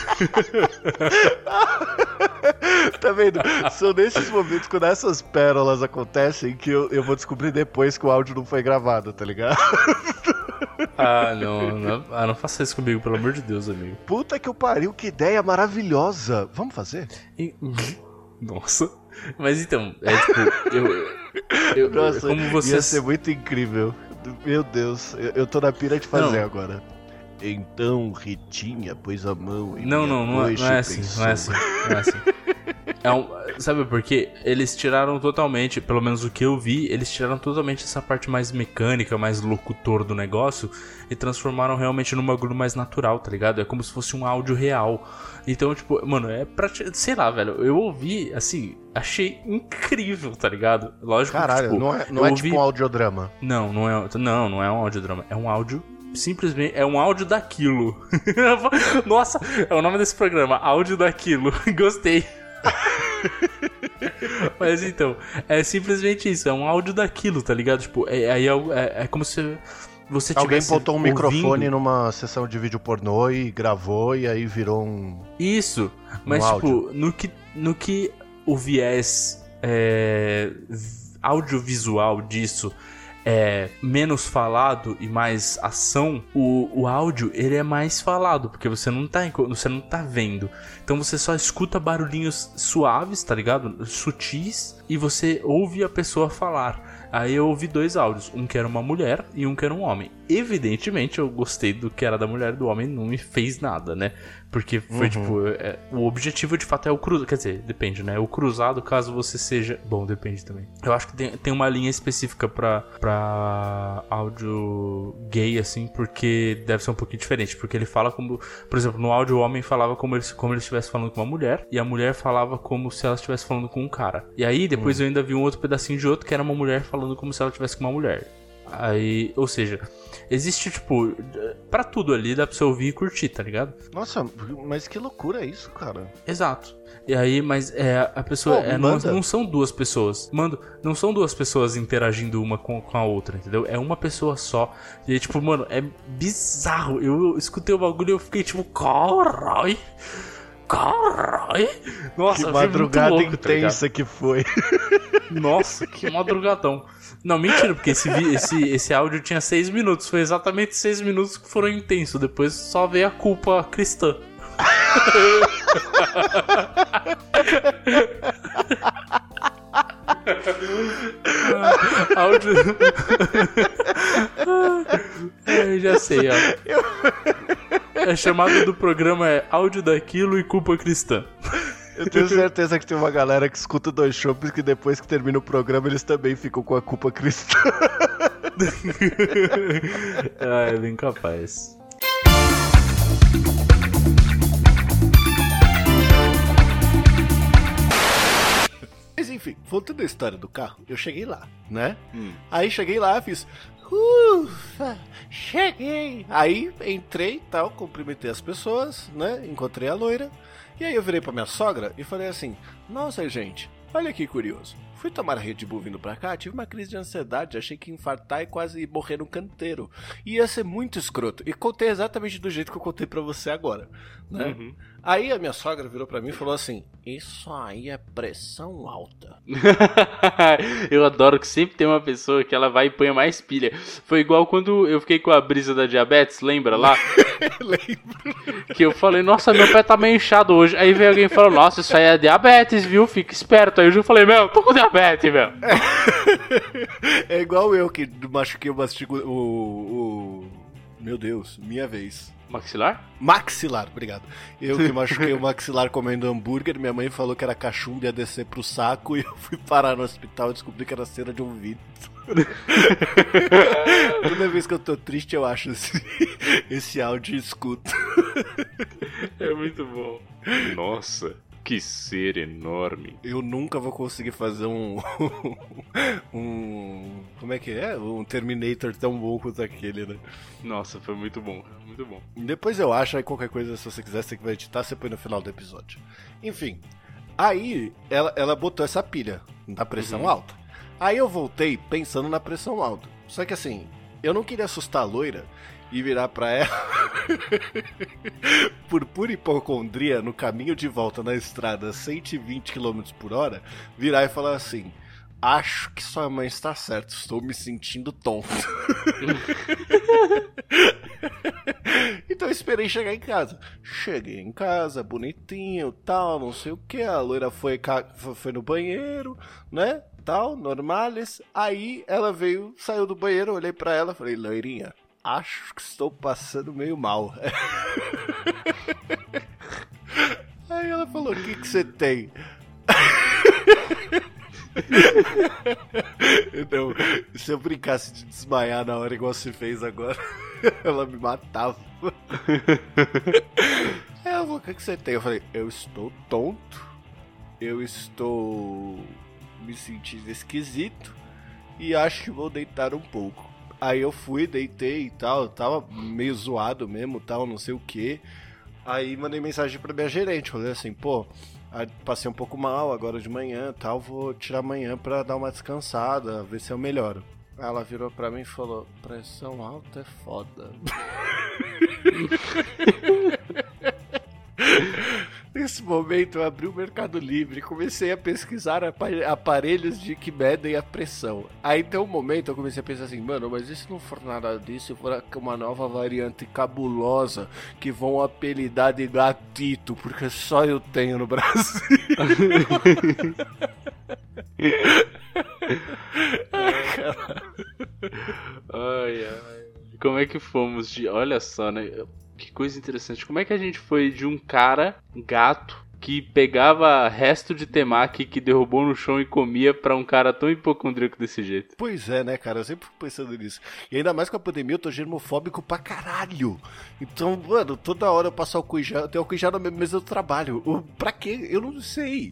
Speaker 3: Tá vendo? São nesses momentos, quando essas pérolas acontecem, que eu, eu vou descobrir depois que o áudio não foi gravado, tá ligado?
Speaker 2: Ah, não, não, ah, não faça isso comigo, pelo amor de Deus, amigo.
Speaker 3: Puta que eu pariu, que ideia maravilhosa. Vamos fazer?
Speaker 2: E- Nossa. Mas então, é tipo, eu. eu
Speaker 3: Nossa,
Speaker 2: como você.
Speaker 3: ia ser muito incrível. Meu Deus, eu, eu tô na pira de fazer
Speaker 2: Não.
Speaker 3: agora. Então, Ritinha pôs a mão em
Speaker 2: Não,
Speaker 3: minha
Speaker 2: não, não é,
Speaker 3: coxa
Speaker 2: não é
Speaker 3: e
Speaker 2: assim,
Speaker 3: pensou.
Speaker 2: não é assim, não é assim. É um, sabe por quê? Eles tiraram totalmente, pelo menos o que eu vi, eles tiraram totalmente essa parte mais mecânica, mais locutor do negócio e transformaram realmente num bagulho mais natural, tá ligado? É como se fosse um áudio real. Então, tipo, mano, é pra... Sei lá, velho, eu ouvi, assim, achei incrível, tá ligado? Lógico
Speaker 3: Caralho,
Speaker 2: que, tipo,
Speaker 3: não é, não
Speaker 2: eu
Speaker 3: é
Speaker 2: ouvi...
Speaker 3: tipo um audiodrama.
Speaker 2: Não, não é, não, não é um audiodrama, é um áudio... Simplesmente é um áudio daquilo. Nossa, é o nome desse programa, áudio daquilo. Gostei. Mas então, é simplesmente isso, é um áudio daquilo, tá ligado? Tipo, é, é, é, é como se você
Speaker 3: Alguém
Speaker 2: tivesse
Speaker 3: botou um
Speaker 2: ouvindo...
Speaker 3: microfone numa sessão de vídeo pornô e gravou e aí virou um...
Speaker 2: Isso, mas
Speaker 3: um
Speaker 2: tipo,
Speaker 3: áudio.
Speaker 2: no que, no que o viés é, audiovisual disso é menos falado e mais ação, o, o áudio ele é mais falado, porque você não, tá, você não tá vendo. Então você só escuta barulhinhos suaves, tá ligado? Sutis, e você ouve a pessoa falar. Aí eu ouvi dois áudios, um que era uma mulher e um que era um homem. Evidentemente eu gostei do que era da mulher e do homem, não me fez nada, né? Porque foi
Speaker 3: Uhum.
Speaker 2: tipo, é, o objetivo de fato é o cruzado, quer dizer, depende, né? O cruzado caso você seja... Bom, depende também. Eu acho que tem, tem uma linha específica pra, pra áudio gay, assim, porque deve ser um pouquinho diferente. Porque ele fala como... Por exemplo, no áudio o homem falava como ele, como ele estivesse falando com uma mulher e a mulher falava como se ela estivesse falando com um cara. E aí depois
Speaker 3: Uhum.
Speaker 2: eu ainda vi um outro pedacinho de outro que era uma mulher falando como se ela estivesse com uma mulher. Aí, ou seja, existe, tipo, pra tudo ali, dá pra você ouvir e curtir, tá ligado?
Speaker 3: Nossa, mas que loucura é isso, cara?
Speaker 2: Exato. E aí, mas é, a pessoa,
Speaker 3: Pô,
Speaker 2: é, não,
Speaker 3: manda.
Speaker 2: não são duas pessoas, mano, não são duas pessoas interagindo uma com, com a outra, entendeu? É uma pessoa só. E aí, tipo, mano, é bizarro. Eu, eu escutei o bagulho e eu fiquei, tipo, carai, carai. Nossa,
Speaker 3: Que
Speaker 2: eu fiquei
Speaker 3: madrugada
Speaker 2: muito louco, tá ligado?
Speaker 3: intensa que foi.
Speaker 2: Nossa, que madrugadão. Não, mentira, porque esse, vi- esse, esse áudio tinha seis minutos. Foi exatamente seis minutos que foram intensos. Depois só veio a culpa cristã. Ah, áudio. Eu já sei, ó. A chamada do programa é áudio daquilo e culpa cristã.
Speaker 3: Eu tenho certeza que tem uma galera que escuta dois shoppers que depois que termina o programa eles também ficam com a culpa cristã.
Speaker 2: Ah, é bem capaz.
Speaker 1: Mas enfim, voltando à história do carro, eu cheguei lá, né?
Speaker 2: Hum.
Speaker 1: Aí cheguei lá, fiz... Ufa, cheguei! Aí entrei e tal, cumprimentei as pessoas, né? Encontrei a loira. E aí eu virei pra minha sogra e falei assim... Nossa, gente, olha que curioso. Fui tomar a Red Bull vindo pra cá, tive uma crise de ansiedade, achei que ia infartar e quase morrer no canteiro. Ia ser muito escroto. E contei exatamente do jeito que eu contei pra você agora, né?
Speaker 2: Uhum.
Speaker 1: Aí a minha sogra virou pra mim e falou assim... Isso aí é pressão alta.
Speaker 2: Eu adoro que sempre tem uma pessoa que ela vai e põe mais pilha. Foi igual quando eu fiquei com a brisa da diabetes, lembra lá?
Speaker 1: Lembro.
Speaker 2: Que eu falei, nossa, meu pé tá meio inchado hoje. Aí veio alguém e falou, nossa, isso aí é diabetes, viu? Fica esperto. Aí eu já falei, meu, tô com diabetes, meu.
Speaker 1: É igual eu que machuquei o mastigo... O, o... Meu Deus, minha vez.
Speaker 2: Maxilar?
Speaker 1: Maxilar, obrigado. Eu que machuquei o maxilar comendo hambúrguer, minha mãe falou que era cachumba e ia descer pro saco e eu fui parar no hospital e descobri que era cera de ouvido. Toda vez que eu tô triste eu acho esse, esse áudio e escuto.
Speaker 2: É muito bom. Nossa, que ser enorme.
Speaker 1: Eu nunca vou conseguir fazer um... um... Como é que é? Um Terminator tão bom quanto aquele, né?
Speaker 2: Nossa, foi muito bom, muito bom.
Speaker 1: Depois eu acho, aí qualquer coisa, se você quiser, você que vai editar, você põe no final do episódio. Enfim, aí ela, ela botou essa pilha da pressão
Speaker 2: Uhum.
Speaker 1: alta. Aí eu voltei pensando na pressão alta. Só que assim, eu não queria assustar a loira e virar pra ela por pura hipocondria no caminho de volta na estrada a cento e vinte quilômetros por hora, virar e falar assim... acho que sua mãe está certa, estou me sentindo tonto. Então eu esperei chegar em casa. Cheguei em casa, bonitinho, tal, não sei o que. A loira foi, foi no banheiro, né, tal, normales. Aí ela veio, saiu do banheiro, olhei pra ela, falei, loirinha, acho que estou passando meio mal. Aí ela falou, o que que você tem? Não, se eu brincasse de desmaiar na hora igual você fez agora, ela me matava. Aí ela falou, o que que você tem? Eu falei, eu estou tonto, eu estou me sentindo esquisito e acho que vou deitar um pouco. Aí eu fui, deitei e tal, tava meio zoado mesmo, tal, não sei o que. Aí mandei mensagem pra minha gerente, falei assim, pô, passei um pouco mal agora de manhã, tal, vou tirar amanhã pra dar uma descansada, ver se eu melhoro. Aí ela virou pra mim e falou, pressão alta é foda. Nesse momento eu abri o Mercado Livre e comecei a pesquisar aparelhos de que medem a pressão. Aí tem um momento eu comecei a pensar assim, mano, mas e se não for nada disso, se for uma nova variante cabulosa que vão apelidar de gatito, porque só eu tenho no Brasil.
Speaker 2: Ai, ai, ai. Como é que fomos de... Olha só, né? Que coisa interessante. Como é que a gente foi de um cara, gato, que pegava resto de temaki que derrubou no chão e comia pra um cara tão hipocondríaco desse jeito?
Speaker 1: Pois é, né, cara? Eu sempre fico pensando nisso. E ainda mais com a pandemia, eu tô germofóbico pra caralho. Então, mano, toda hora eu passo álcool em gel, eu tenho álcool em gel na minha mesa do trabalho. O, pra quê? Eu não sei.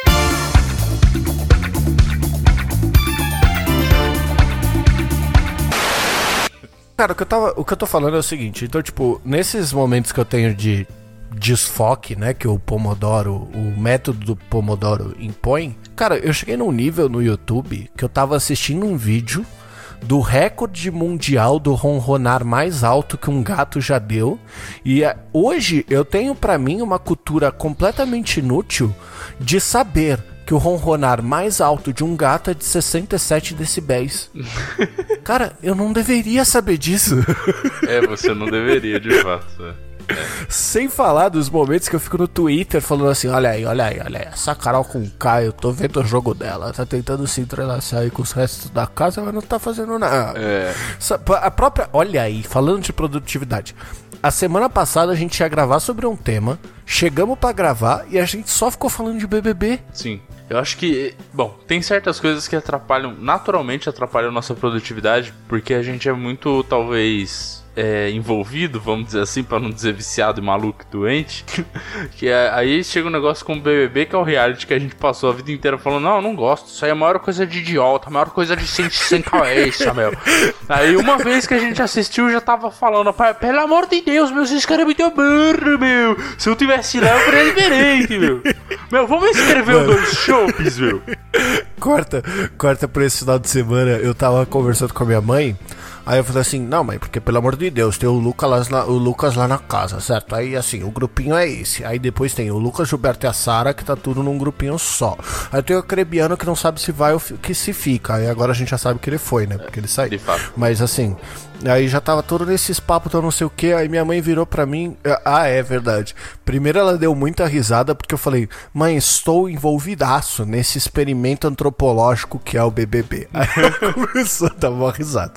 Speaker 1: Cara, o que, eu tava, o que eu tô falando é o seguinte, então, tipo, nesses momentos que eu tenho de desfoque, né, que o Pomodoro, o método do Pomodoro impõe, cara, eu cheguei num nível no YouTube que eu tava assistindo um vídeo do recorde mundial do ronronar mais alto que um gato já deu, e hoje eu tenho pra mim uma cultura completamente inútil de saber que o ronronar mais alto de um gato é de sessenta e sete decibéis. Cara, eu não deveria saber disso.
Speaker 2: É, você não deveria, de fato. É.
Speaker 1: Sem falar dos momentos que eu fico no Twitter falando assim, olha aí, olha aí, olha aí, essa Carol com K, eu tô vendo o jogo dela, tá tentando se entrelaçar aí com os restos da casa, mas não tá fazendo nada.
Speaker 2: É.
Speaker 1: A própria, olha aí, falando de produtividade, a semana passada a gente ia gravar sobre um tema, chegamos pra gravar e a gente só ficou falando de B B B.
Speaker 2: Sim. Eu acho que, bom, tem certas coisas que atrapalham, naturalmente atrapalham a nossa produtividade, porque a gente é muito, talvez, é, envolvido, vamos dizer assim, pra não dizer viciado e maluco e doente. Que é, aí chega um negócio como o B B B, que é o reality que a gente passou a vida inteira falando, não, eu não gosto, isso aí é a maior coisa de idiota, a maior coisa de sem, sem cabeça, meu. Aí uma vez que a gente assistiu, já tava falando, pelo amor de Deus, meu, esses caras é muito burro, meu. Se eu tivesse lá, eu seria diferente, meu. Meu, vamos escrever os dois chopes, meu.
Speaker 1: Corta, corta pra esse final de semana, eu tava conversando com a minha mãe. Aí eu falei assim, não mãe, porque pelo amor de Deus, tem o Lucas, lá, o Lucas lá na casa, certo? Aí assim, o grupinho é esse. Aí depois tem o Lucas, Gilberto e a Sara, que tá tudo num grupinho só. Aí tem o Crebiano que não sabe se vai ou que se fica. Aí agora a gente já sabe que ele foi, né? Porque ele saiu.
Speaker 2: De fato.
Speaker 1: Mas assim, aí já tava todo nesses papos, então não sei o que. Aí minha mãe virou pra mim, ah é verdade. Primeiro ela deu muita risada porque eu falei, mãe, estou envolvidaço nesse experimento antropológico que é o B B B. Aí ela começou a dar uma risada.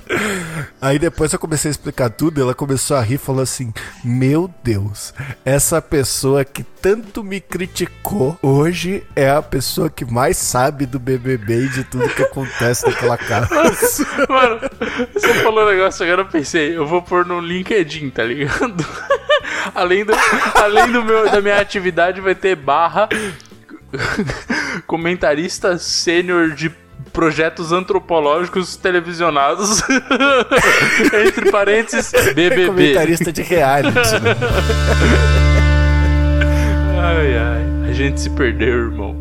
Speaker 1: Aí depois eu comecei a explicar tudo, ela começou a rir e falou assim, meu Deus, essa pessoa que tanto me criticou, hoje é a pessoa que mais sabe do B B B e de tudo que acontece naquela casa.
Speaker 2: Nossa, mano, você falou um negócio, agora eu pensei, eu vou pôr no LinkedIn, tá ligado? Além, do, além do meu, da minha atividade vai ter barra comentarista sênior de projetos antropológicos televisionados. Entre parênteses, B B B.
Speaker 1: Comentarista de reality, né?
Speaker 2: Ai, ai. A gente se perdeu, irmão.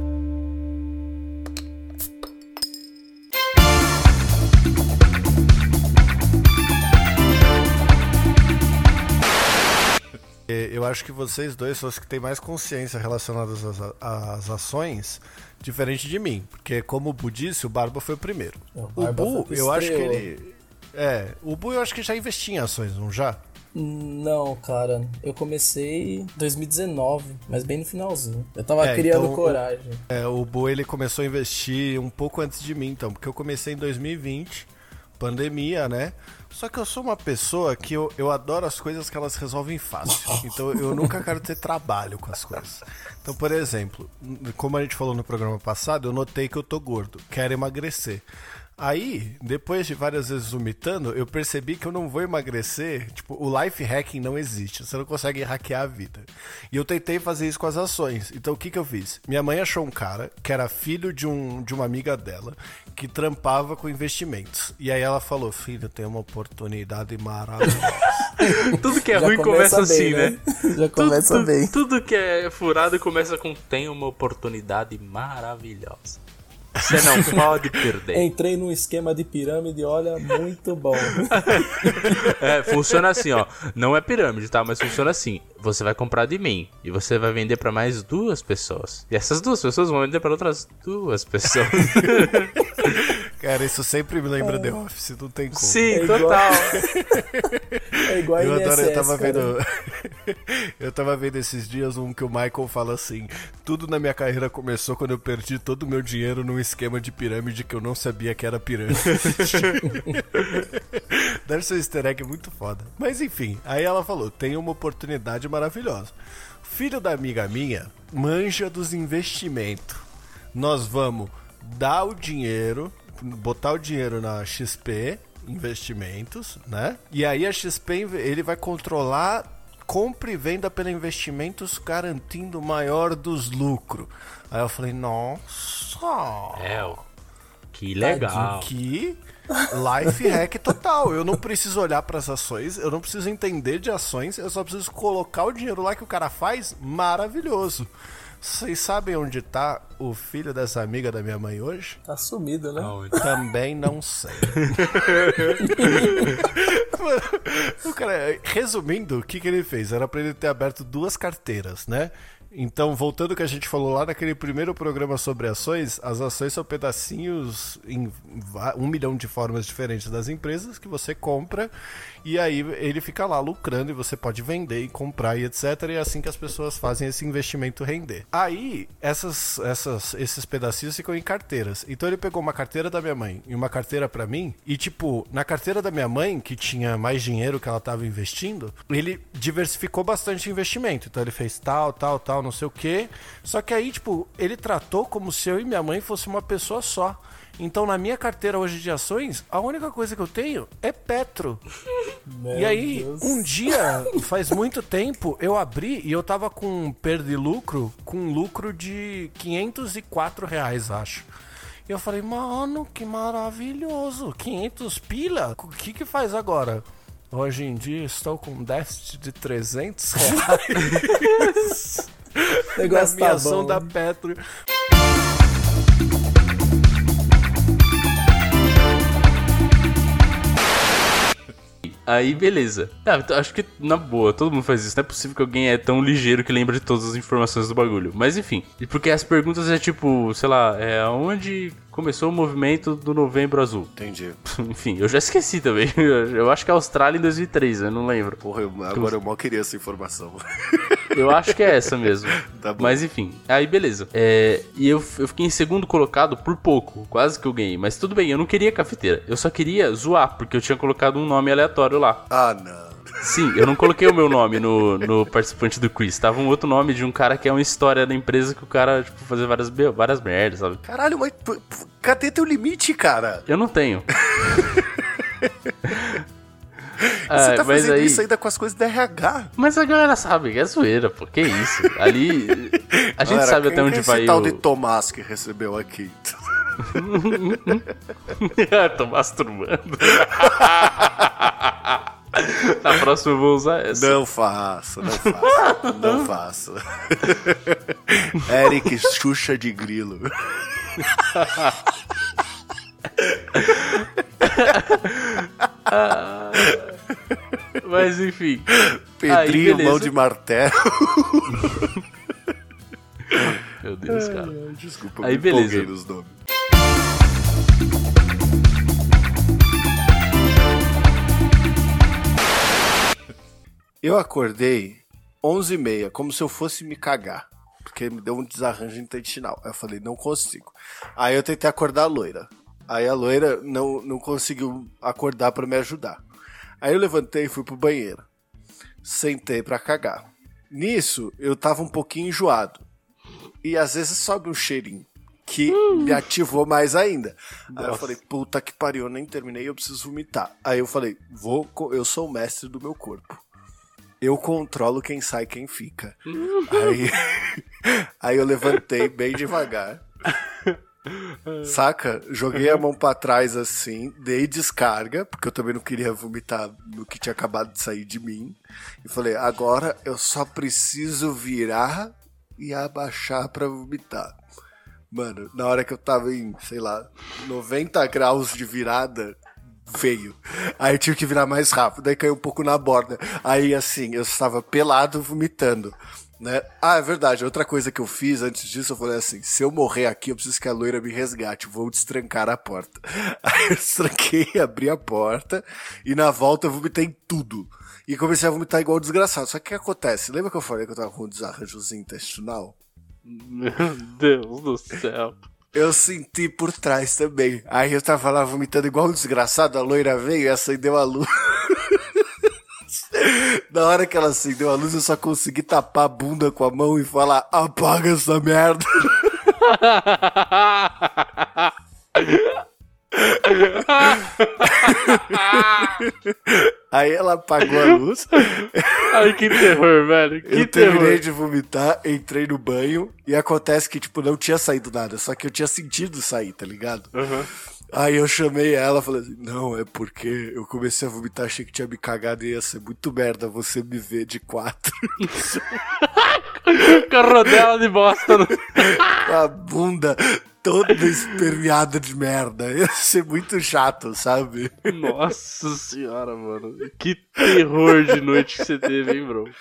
Speaker 1: Eu
Speaker 5: eu acho que vocês dois são os que têm mais consciência relacionadas às, às ações, diferente de mim. Porque, como o Bu disse, o Barba foi o primeiro.
Speaker 7: O
Speaker 5: O
Speaker 7: Barba
Speaker 5: Bu,
Speaker 7: foi o
Speaker 5: eu acho que
Speaker 7: estreou.
Speaker 5: ele... É, o Bu eu acho que já investia em ações, não já?
Speaker 7: Não, cara, eu comecei em dois mil e dezenove, mas bem no finalzinho. Eu tava
Speaker 5: É,
Speaker 7: criando
Speaker 5: então,
Speaker 7: coragem.
Speaker 5: É, o Bu, ele começou a investir um pouco antes de mim, então. Porque eu comecei em dois mil e vinte, pandemia, né? Só que eu sou uma pessoa que eu, eu adoro as coisas que elas resolvem fácil. Então eu nunca quero ter trabalho com as coisas. Então, por exemplo, como a gente falou no programa passado, eu notei que eu tô gordo, quero emagrecer. Aí, depois de várias vezes vomitando, eu percebi que eu não vou emagrecer. Tipo, o life hacking não existe. Você não consegue hackear a vida. E eu tentei fazer isso com as ações. Então, o que que eu fiz? Minha mãe achou um cara que era filho de, um, de uma amiga dela que trampava com investimentos. E aí ela falou, filho, tem uma oportunidade maravilhosa.
Speaker 2: Tudo que é
Speaker 7: Já
Speaker 2: ruim começa,
Speaker 7: começa bem,
Speaker 2: assim, né?
Speaker 7: né? Já começa
Speaker 2: tudo,
Speaker 7: bem.
Speaker 2: Tudo que é furado começa com tem uma oportunidade maravilhosa. Você não pode perder.
Speaker 7: Entrei num esquema de pirâmide, olha, muito bom.
Speaker 2: É, funciona assim, ó. Não é pirâmide, tá? Mas funciona assim. Você vai comprar de mim e você vai vender pra mais duas pessoas. E essas duas pessoas vão vender pra outras duas pessoas.
Speaker 5: Cara, isso sempre me lembra The Office, não tem como.
Speaker 2: Sim,
Speaker 7: É igual-
Speaker 2: total.
Speaker 7: É igual a
Speaker 5: Eu
Speaker 7: I N S S,
Speaker 5: adoro, eu tava
Speaker 7: cara.
Speaker 5: vendo. Eu tava vendo esses dias um que o Michael fala assim: tudo na minha carreira começou quando eu perdi todo o meu dinheiro num esquema de pirâmide que eu não sabia que era pirâmide. Deve ser um easter egg muito foda. Mas enfim, aí ela falou: tem uma oportunidade maravilhosa. Filho da amiga minha manja dos investimentos. Nós vamos dar o dinheiro, botar o dinheiro na X P Investimentos, né? E aí a X P ele vai controlar compra e venda pela investimentos, garantindo o maior dos lucros. Aí eu falei, nossa,
Speaker 2: É, ó. Que legal.
Speaker 5: que life hack total. Eu não preciso olhar para as ações, eu não preciso entender de ações, eu só preciso colocar o dinheiro lá que o cara faz. Maravilhoso. Vocês sabem onde tá o filho dessa amiga da minha mãe hoje?
Speaker 7: Tá sumido, né?
Speaker 2: Aonde?
Speaker 5: Também não sei. Mano, o cara, resumindo, o que, que ele fez? Era pra ele ter aberto duas carteiras, né? Então, voltando ao que a gente falou lá naquele primeiro programa sobre ações, as ações são pedacinhos em va- um milhão de formas diferentes das empresas que você compra e aí ele fica lá lucrando e você pode vender e comprar e etcétera. E é assim que as pessoas fazem esse investimento render. Aí, essas, essas, esses pedacinhos ficam em carteiras. Então ele pegou uma carteira da minha mãe e uma carteira pra mim e tipo, na carteira da minha mãe, que tinha mais dinheiro que ela tava investindo, ele diversificou bastante o investimento. Então ele fez tal, tal, tal, não sei o que. Só que aí, tipo, ele tratou como se eu e minha mãe fosse uma pessoa só. Então, na minha carteira hoje de ações, a única coisa que eu tenho é Petro.
Speaker 7: Meu
Speaker 5: e aí,
Speaker 7: Deus.
Speaker 5: um dia, faz muito tempo, eu abri e eu tava com perda e lucro, com um lucro de quinhentos e quatro reais, acho. E eu falei, mano, que maravilhoso, quinhentos pila? O que que faz agora? Hoje em dia estou com um déficit de trezentos reais.
Speaker 7: O
Speaker 5: na
Speaker 7: negócio
Speaker 5: minha
Speaker 7: tá
Speaker 5: ação
Speaker 7: bom.
Speaker 5: da Petro.
Speaker 2: Aí, beleza. Ah, então, acho que, na boa, todo mundo faz isso. Não é possível que alguém é tão ligeiro que lembra de todas as informações do bagulho. Mas, enfim. E porque as perguntas é tipo, sei lá, é onde começou o movimento do Novembro Azul?
Speaker 1: Entendi.
Speaker 2: Enfim, eu já esqueci também. Eu acho que é Austrália em dois mil e três, eu não lembro.
Speaker 1: Porra, eu- agora eu mal queria essa informação.
Speaker 2: Eu acho que é essa mesmo.
Speaker 1: Tá bom.
Speaker 2: Mas enfim, aí beleza. É, e eu, eu fiquei em segundo colocado por pouco, quase que eu ganhei. Mas tudo bem, eu não queria cafeteira. Eu só queria zoar, porque eu tinha colocado um nome aleatório lá.
Speaker 1: Ah, não.
Speaker 2: Sim, eu não coloquei o meu nome no, no participante do quiz. Tava um outro nome de um cara que é uma história da empresa que o cara, tipo, fazia várias, be- várias merdas, sabe?
Speaker 1: Caralho, mas p- p- cadê teu limite, cara?
Speaker 2: Eu não tenho.
Speaker 1: Você
Speaker 2: Ah,
Speaker 1: tá
Speaker 2: mas
Speaker 1: fazendo
Speaker 2: aí-
Speaker 1: isso ainda com as coisas da R H.
Speaker 2: Mas a galera sabe que é zoeira, pô. Que isso? Ali. A gente
Speaker 1: Galera,
Speaker 2: sabe
Speaker 1: quem
Speaker 2: até onde
Speaker 1: que é
Speaker 2: vai
Speaker 1: esse tal
Speaker 2: o.
Speaker 1: de Tomás que recebeu aqui?
Speaker 2: Tô masturbando. Na próxima eu vou usar essa.
Speaker 1: Não faça, não faça, não faça. Eric Xuxa de Grilo.
Speaker 2: Mas enfim.
Speaker 1: Pedrinho, mão de martelo.
Speaker 2: Meu Deus, cara.
Speaker 1: Ai, ai, desculpa,
Speaker 2: aí,
Speaker 1: me
Speaker 2: beleza.
Speaker 1: empolguei nos nomes. Eu acordei onze e meia, como se eu fosse me cagar. Porque me deu um desarranjo intestinal. Aí eu falei, não consigo. Aí eu tentei acordar a loira. Aí a loira não, não conseguiu acordar pra me ajudar. Aí eu levantei e fui pro banheiro. Sentei pra cagar. Nisso, eu tava um pouquinho enjoado. E às vezes sobe um cheirinho que hum. me ativou mais ainda. Nossa. Aí eu falei, puta que pariu, eu nem terminei, eu preciso vomitar. Aí eu falei, vou, eu sou o mestre do meu corpo. Eu controlo quem sai e quem fica. aí, aí eu levantei bem devagar. Saca? Joguei a mão pra trás assim, dei descarga, porque eu também não queria vomitar no que tinha acabado de sair de mim. E falei, agora eu só preciso virar e abaixar pra vomitar. Mano, na hora que eu tava em, sei lá, noventa graus de virada, veio. Aí eu tive que virar mais rápido, aí caiu um pouco na borda. Aí assim, eu estava pelado vomitando, né? Ah, é verdade, outra coisa que eu fiz antes disso, eu falei assim, se eu morrer aqui, eu preciso que a loira me resgate, vou destrancar a porta. Aí eu destranquei, abri a porta, e na volta eu vomitei tudo. E comecei a vomitar igual desgraçado. Só que o que acontece? Lembra que eu falei que eu tava com um desarranjozinho intestinal?
Speaker 2: Meu Deus do céu.
Speaker 1: Eu senti por trás também. Aí eu tava lá vomitando igual um desgraçado, a loira veio e acendeu a luz. Na hora que ela acendeu a luz, eu só consegui tapar a bunda com a mão e falar, apaga essa merda. Aí ela apagou a luz.
Speaker 2: Ai, que terror, velho. Que
Speaker 1: eu
Speaker 2: terror.
Speaker 1: terminei de vomitar, entrei no banho e acontece que, tipo, não tinha saído nada, só que eu tinha sentido sair, tá ligado?
Speaker 2: Uhum.
Speaker 1: Aí eu chamei ela, falei assim, não, é porque eu comecei a vomitar, achei que tinha me cagado e ia ser muito merda você me ver de quatro.
Speaker 2: Com a rodela de bosta. No...
Speaker 1: Com a bunda toda esperneada de merda. Ia ser muito chato, sabe?
Speaker 2: Nossa senhora, mano. Que terror de noite que você teve, hein, bro?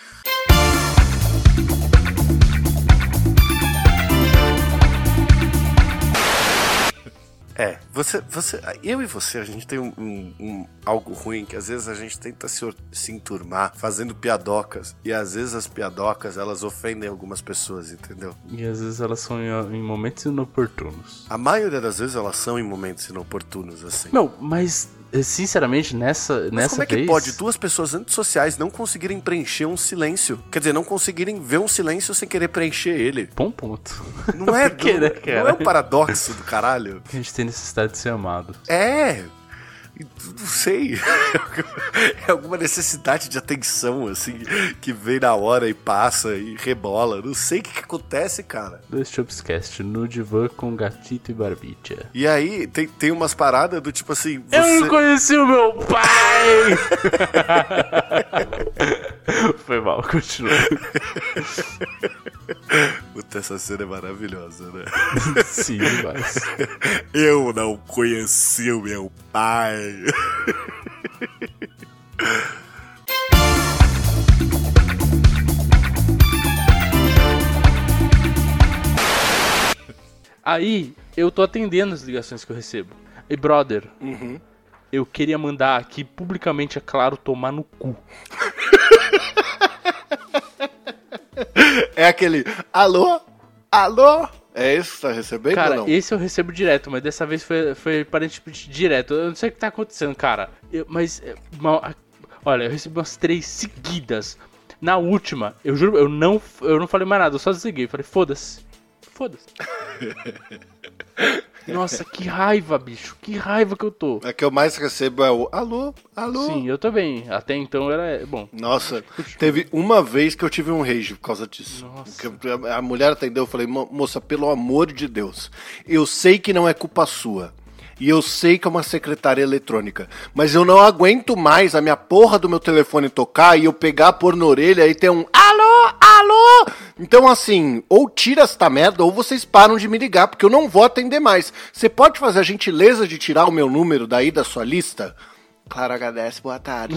Speaker 1: É, você, você, eu e você, a gente tem um, um, um algo ruim que às vezes a gente tenta se, se enturmar fazendo piadocas e às vezes as piadocas elas ofendem algumas pessoas, entendeu?
Speaker 2: E às vezes elas são em, em momentos inoportunos.
Speaker 1: A maioria das vezes elas são em momentos inoportunos, assim.
Speaker 2: Não, mas sinceramente nessa,
Speaker 1: mas
Speaker 2: nessa
Speaker 1: como é que
Speaker 2: vez...
Speaker 1: pode duas pessoas antissociais não conseguirem preencher um silêncio? Quer dizer, não conseguirem ver um silêncio sem querer preencher ele?
Speaker 2: Bom ponto.
Speaker 1: Não é,
Speaker 2: que,
Speaker 1: do,
Speaker 2: né, cara?
Speaker 1: Não é um paradoxo do caralho?
Speaker 2: A gente tem necessidade de ser amado.
Speaker 1: É... Não sei, é alguma necessidade de atenção, assim, que vem na hora e passa e rebola. Não sei o que, que acontece, cara.
Speaker 2: Dois Chopscast no divã com gatito e barbicha.
Speaker 1: E aí, tem, tem umas paradas do tipo assim... Você...
Speaker 2: Eu não conheci o meu pai! Foi mal, continua.
Speaker 1: Puta, essa cena é maravilhosa, né?
Speaker 2: Sim, mas...
Speaker 1: Eu não conheci o meu pai.
Speaker 2: Aí, eu tô atendendo as ligações que eu recebo. E, brother,
Speaker 1: uhum.
Speaker 2: eu queria mandar aqui publicamente, é claro, tomar no cu.
Speaker 1: É aquele, alô? Alô? É esse que tá recebendo
Speaker 2: cara,
Speaker 1: ou não?
Speaker 2: Esse eu recebo direto, mas dessa vez foi, foi aparentemente direto. Eu não sei o que tá acontecendo, cara. Eu, mas, uma, olha, eu recebi umas três seguidas. Na última, eu juro, eu não, eu não falei mais nada, eu só desliguei. Falei, foda-se. Foda-se. Nossa, que raiva, bicho. Que raiva que eu tô.
Speaker 1: A que eu mais recebo é o alô, alô.
Speaker 2: Sim, eu também. Até então era bom.
Speaker 1: Nossa, teve uma vez que eu tive um rage por causa disso.
Speaker 2: Nossa.
Speaker 1: A mulher atendeu, eu falei, moça, pelo amor de Deus, eu sei que não é culpa sua. E eu sei que é uma secretária eletrônica, mas eu não aguento mais a minha porra do meu telefone tocar e eu pegar, pôr na orelha e ter um alô, alô. Então assim, ou tira esta merda ou vocês param de me ligar, porque eu não vou atender mais. Você pode fazer a gentileza de tirar o meu número daí da sua lista? Claro, H D S, boa tarde.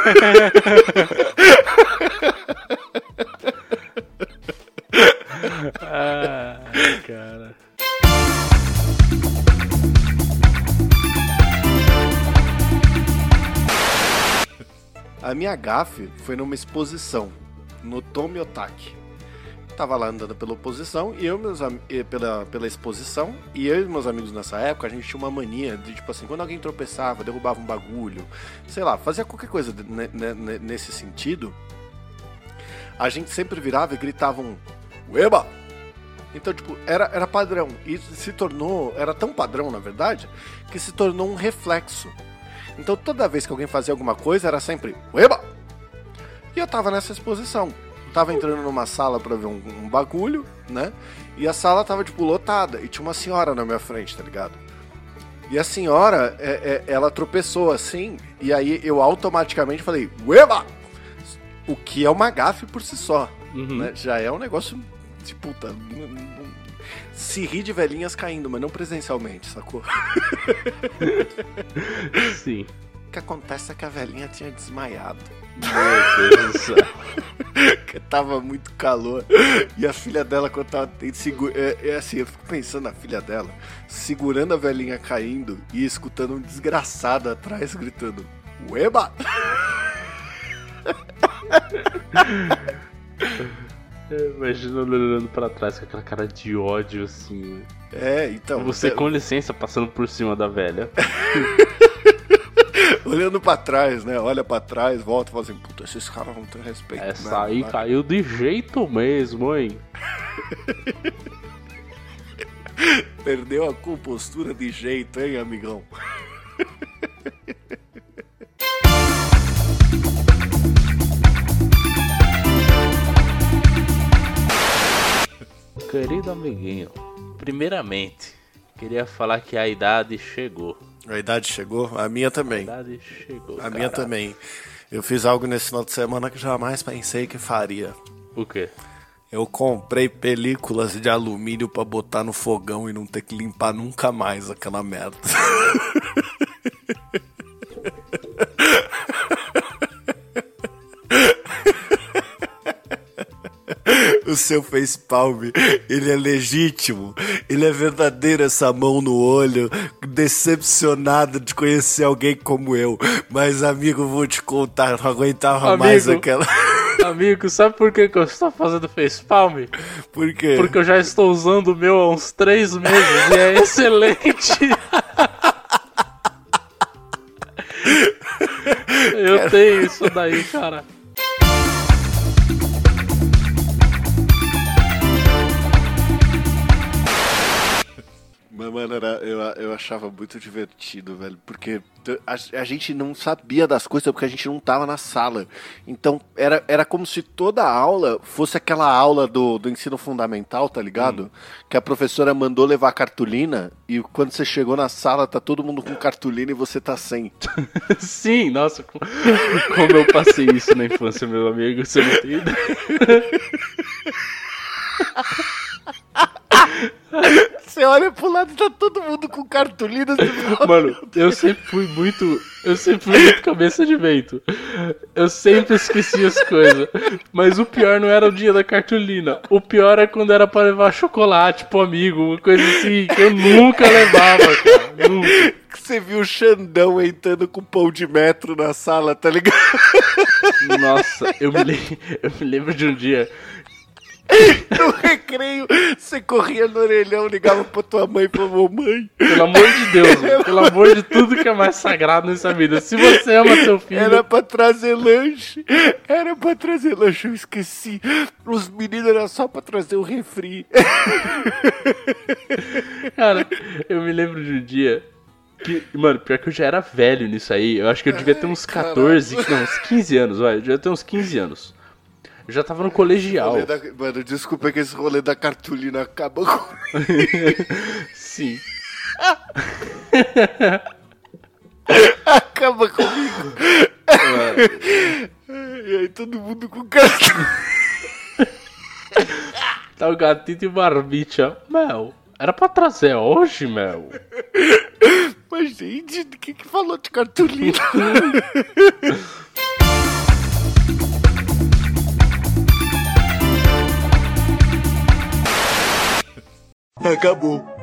Speaker 2: Ah, cara.
Speaker 1: A minha gafe foi numa exposição no Tomiotaki. Tava lá andando pela oposição e eu meus am- e pela, pela exposição, e eu e meus amigos nessa época, a gente tinha uma mania de, tipo assim, quando alguém tropeçava, derrubava um bagulho, sei lá, fazia qualquer coisa de- ne- ne- nesse sentido, a gente sempre virava e gritava um Ueba! Então, tipo, era, era padrão. E se tornou, era tão padrão, na verdade, que se tornou um reflexo. Então, toda vez que alguém fazia alguma coisa, era sempre Ueba! E eu tava nessa exposição. Tava entrando numa sala pra ver um, um bagulho, né? E a sala tava, tipo, lotada. E tinha uma senhora na minha frente, tá ligado? E a senhora, é, é, ela tropeçou assim. E aí eu automaticamente falei, Ueba! O que é uma gafe por si só.
Speaker 2: Uhum.
Speaker 1: Né? Já é um negócio de puta. n- n- Se ri de velhinhas caindo, mas não presencialmente, sacou?
Speaker 2: Sim.
Speaker 1: O que acontece é que a velhinha tinha desmaiado.
Speaker 2: Meu Deus do céu.
Speaker 1: Que tava muito calor. E a filha dela, quando tava segura, é, é assim, eu fico pensando na filha dela, segurando a velhinha caindo e escutando um desgraçado atrás gritando, Ueba!
Speaker 2: Imagina olhando pra trás com aquela cara de ódio assim.
Speaker 1: É, então.
Speaker 2: Você,
Speaker 1: é,
Speaker 2: com licença, passando por cima da velha.
Speaker 1: olhando pra trás, né? Olha pra trás, volta e fala assim, puta, esses caras não têm respeito.
Speaker 2: Essa
Speaker 1: né?
Speaker 2: aí
Speaker 1: Vai.
Speaker 2: caiu de jeito mesmo, hein?
Speaker 1: Perdeu a compostura de jeito, hein, amigão?
Speaker 2: Querido amiguinho, primeiramente, queria falar que a idade chegou.
Speaker 1: A idade chegou? A minha
Speaker 2: A
Speaker 1: também.
Speaker 2: idade chegou.
Speaker 1: A minha
Speaker 2: cara.
Speaker 1: também. Eu fiz algo nesse final de semana que jamais pensei que faria.
Speaker 2: O quê?
Speaker 1: Eu comprei películas de alumínio pra botar no fogão e não ter que limpar nunca mais aquela merda. O seu facepalm, ele é legítimo, ele é verdadeiro, essa mão no olho, decepcionado de conhecer alguém como eu. Mas, amigo, vou te contar, não aguentava
Speaker 2: Amigo.
Speaker 1: mais aquela...
Speaker 2: Amigo, sabe por que, que eu estou fazendo facepalm?
Speaker 1: Por quê?
Speaker 2: Porque eu já estou usando o meu há uns três meses e é excelente. Eu tenho isso daí, cara.
Speaker 1: Mas, mano, era, eu, eu achava muito divertido, velho, porque a, a gente não sabia das coisas porque a gente não tava na sala. Então, era, era como se toda a aula fosse aquela aula do, do ensino fundamental, tá ligado? Hum. Que a professora mandou levar cartolina e quando você chegou na sala tá todo mundo com cartolina e você tá sem.
Speaker 2: Sim, nossa, como eu passei isso na infância, meu amigo, você não tem ideia.
Speaker 1: Você olha pro lado e tá todo mundo com cartolina.
Speaker 2: Mano, eu sempre fui muito. Eu sempre fui muito cabeça de vento. Eu sempre esqueci as coisas. Mas o pior não era o dia da cartolina. O pior é quando era pra levar chocolate pro amigo, uma coisa assim, que eu nunca levava, cara. Nunca.
Speaker 1: Você viu o Xandão entrando com pão de metro na sala, tá ligado?
Speaker 2: Nossa, eu me, le... eu me lembro de um dia.
Speaker 1: No recreio, você corria no orelhão, ligava pra tua mãe e falou, mãe,
Speaker 2: Pelo amor de Deus, mano, pelo amor de tudo que é mais sagrado nessa vida. Se você ama seu filho...
Speaker 1: era pra trazer lanche, era pra trazer lanche, eu esqueci. Os meninos era só pra trazer o refri.
Speaker 2: Cara, eu me lembro de um dia que, mano, pior que eu já era velho nisso aí. Eu acho que eu devia ter uns catorze, não, uns quinze anos, vai. Eu devia ter uns quinze anos. Eu já tava no colegial.
Speaker 1: Da... Mano, desculpa que esse rolê da cartolina acaba com...
Speaker 2: Sim.
Speaker 1: Acaba comigo. E aí todo mundo com cartolina.
Speaker 2: Tá o gatito e barbicha. Mel, era pra trazer hoje, Mel?
Speaker 1: Mas, gente, o que que falou de cartolina?
Speaker 8: Acabou.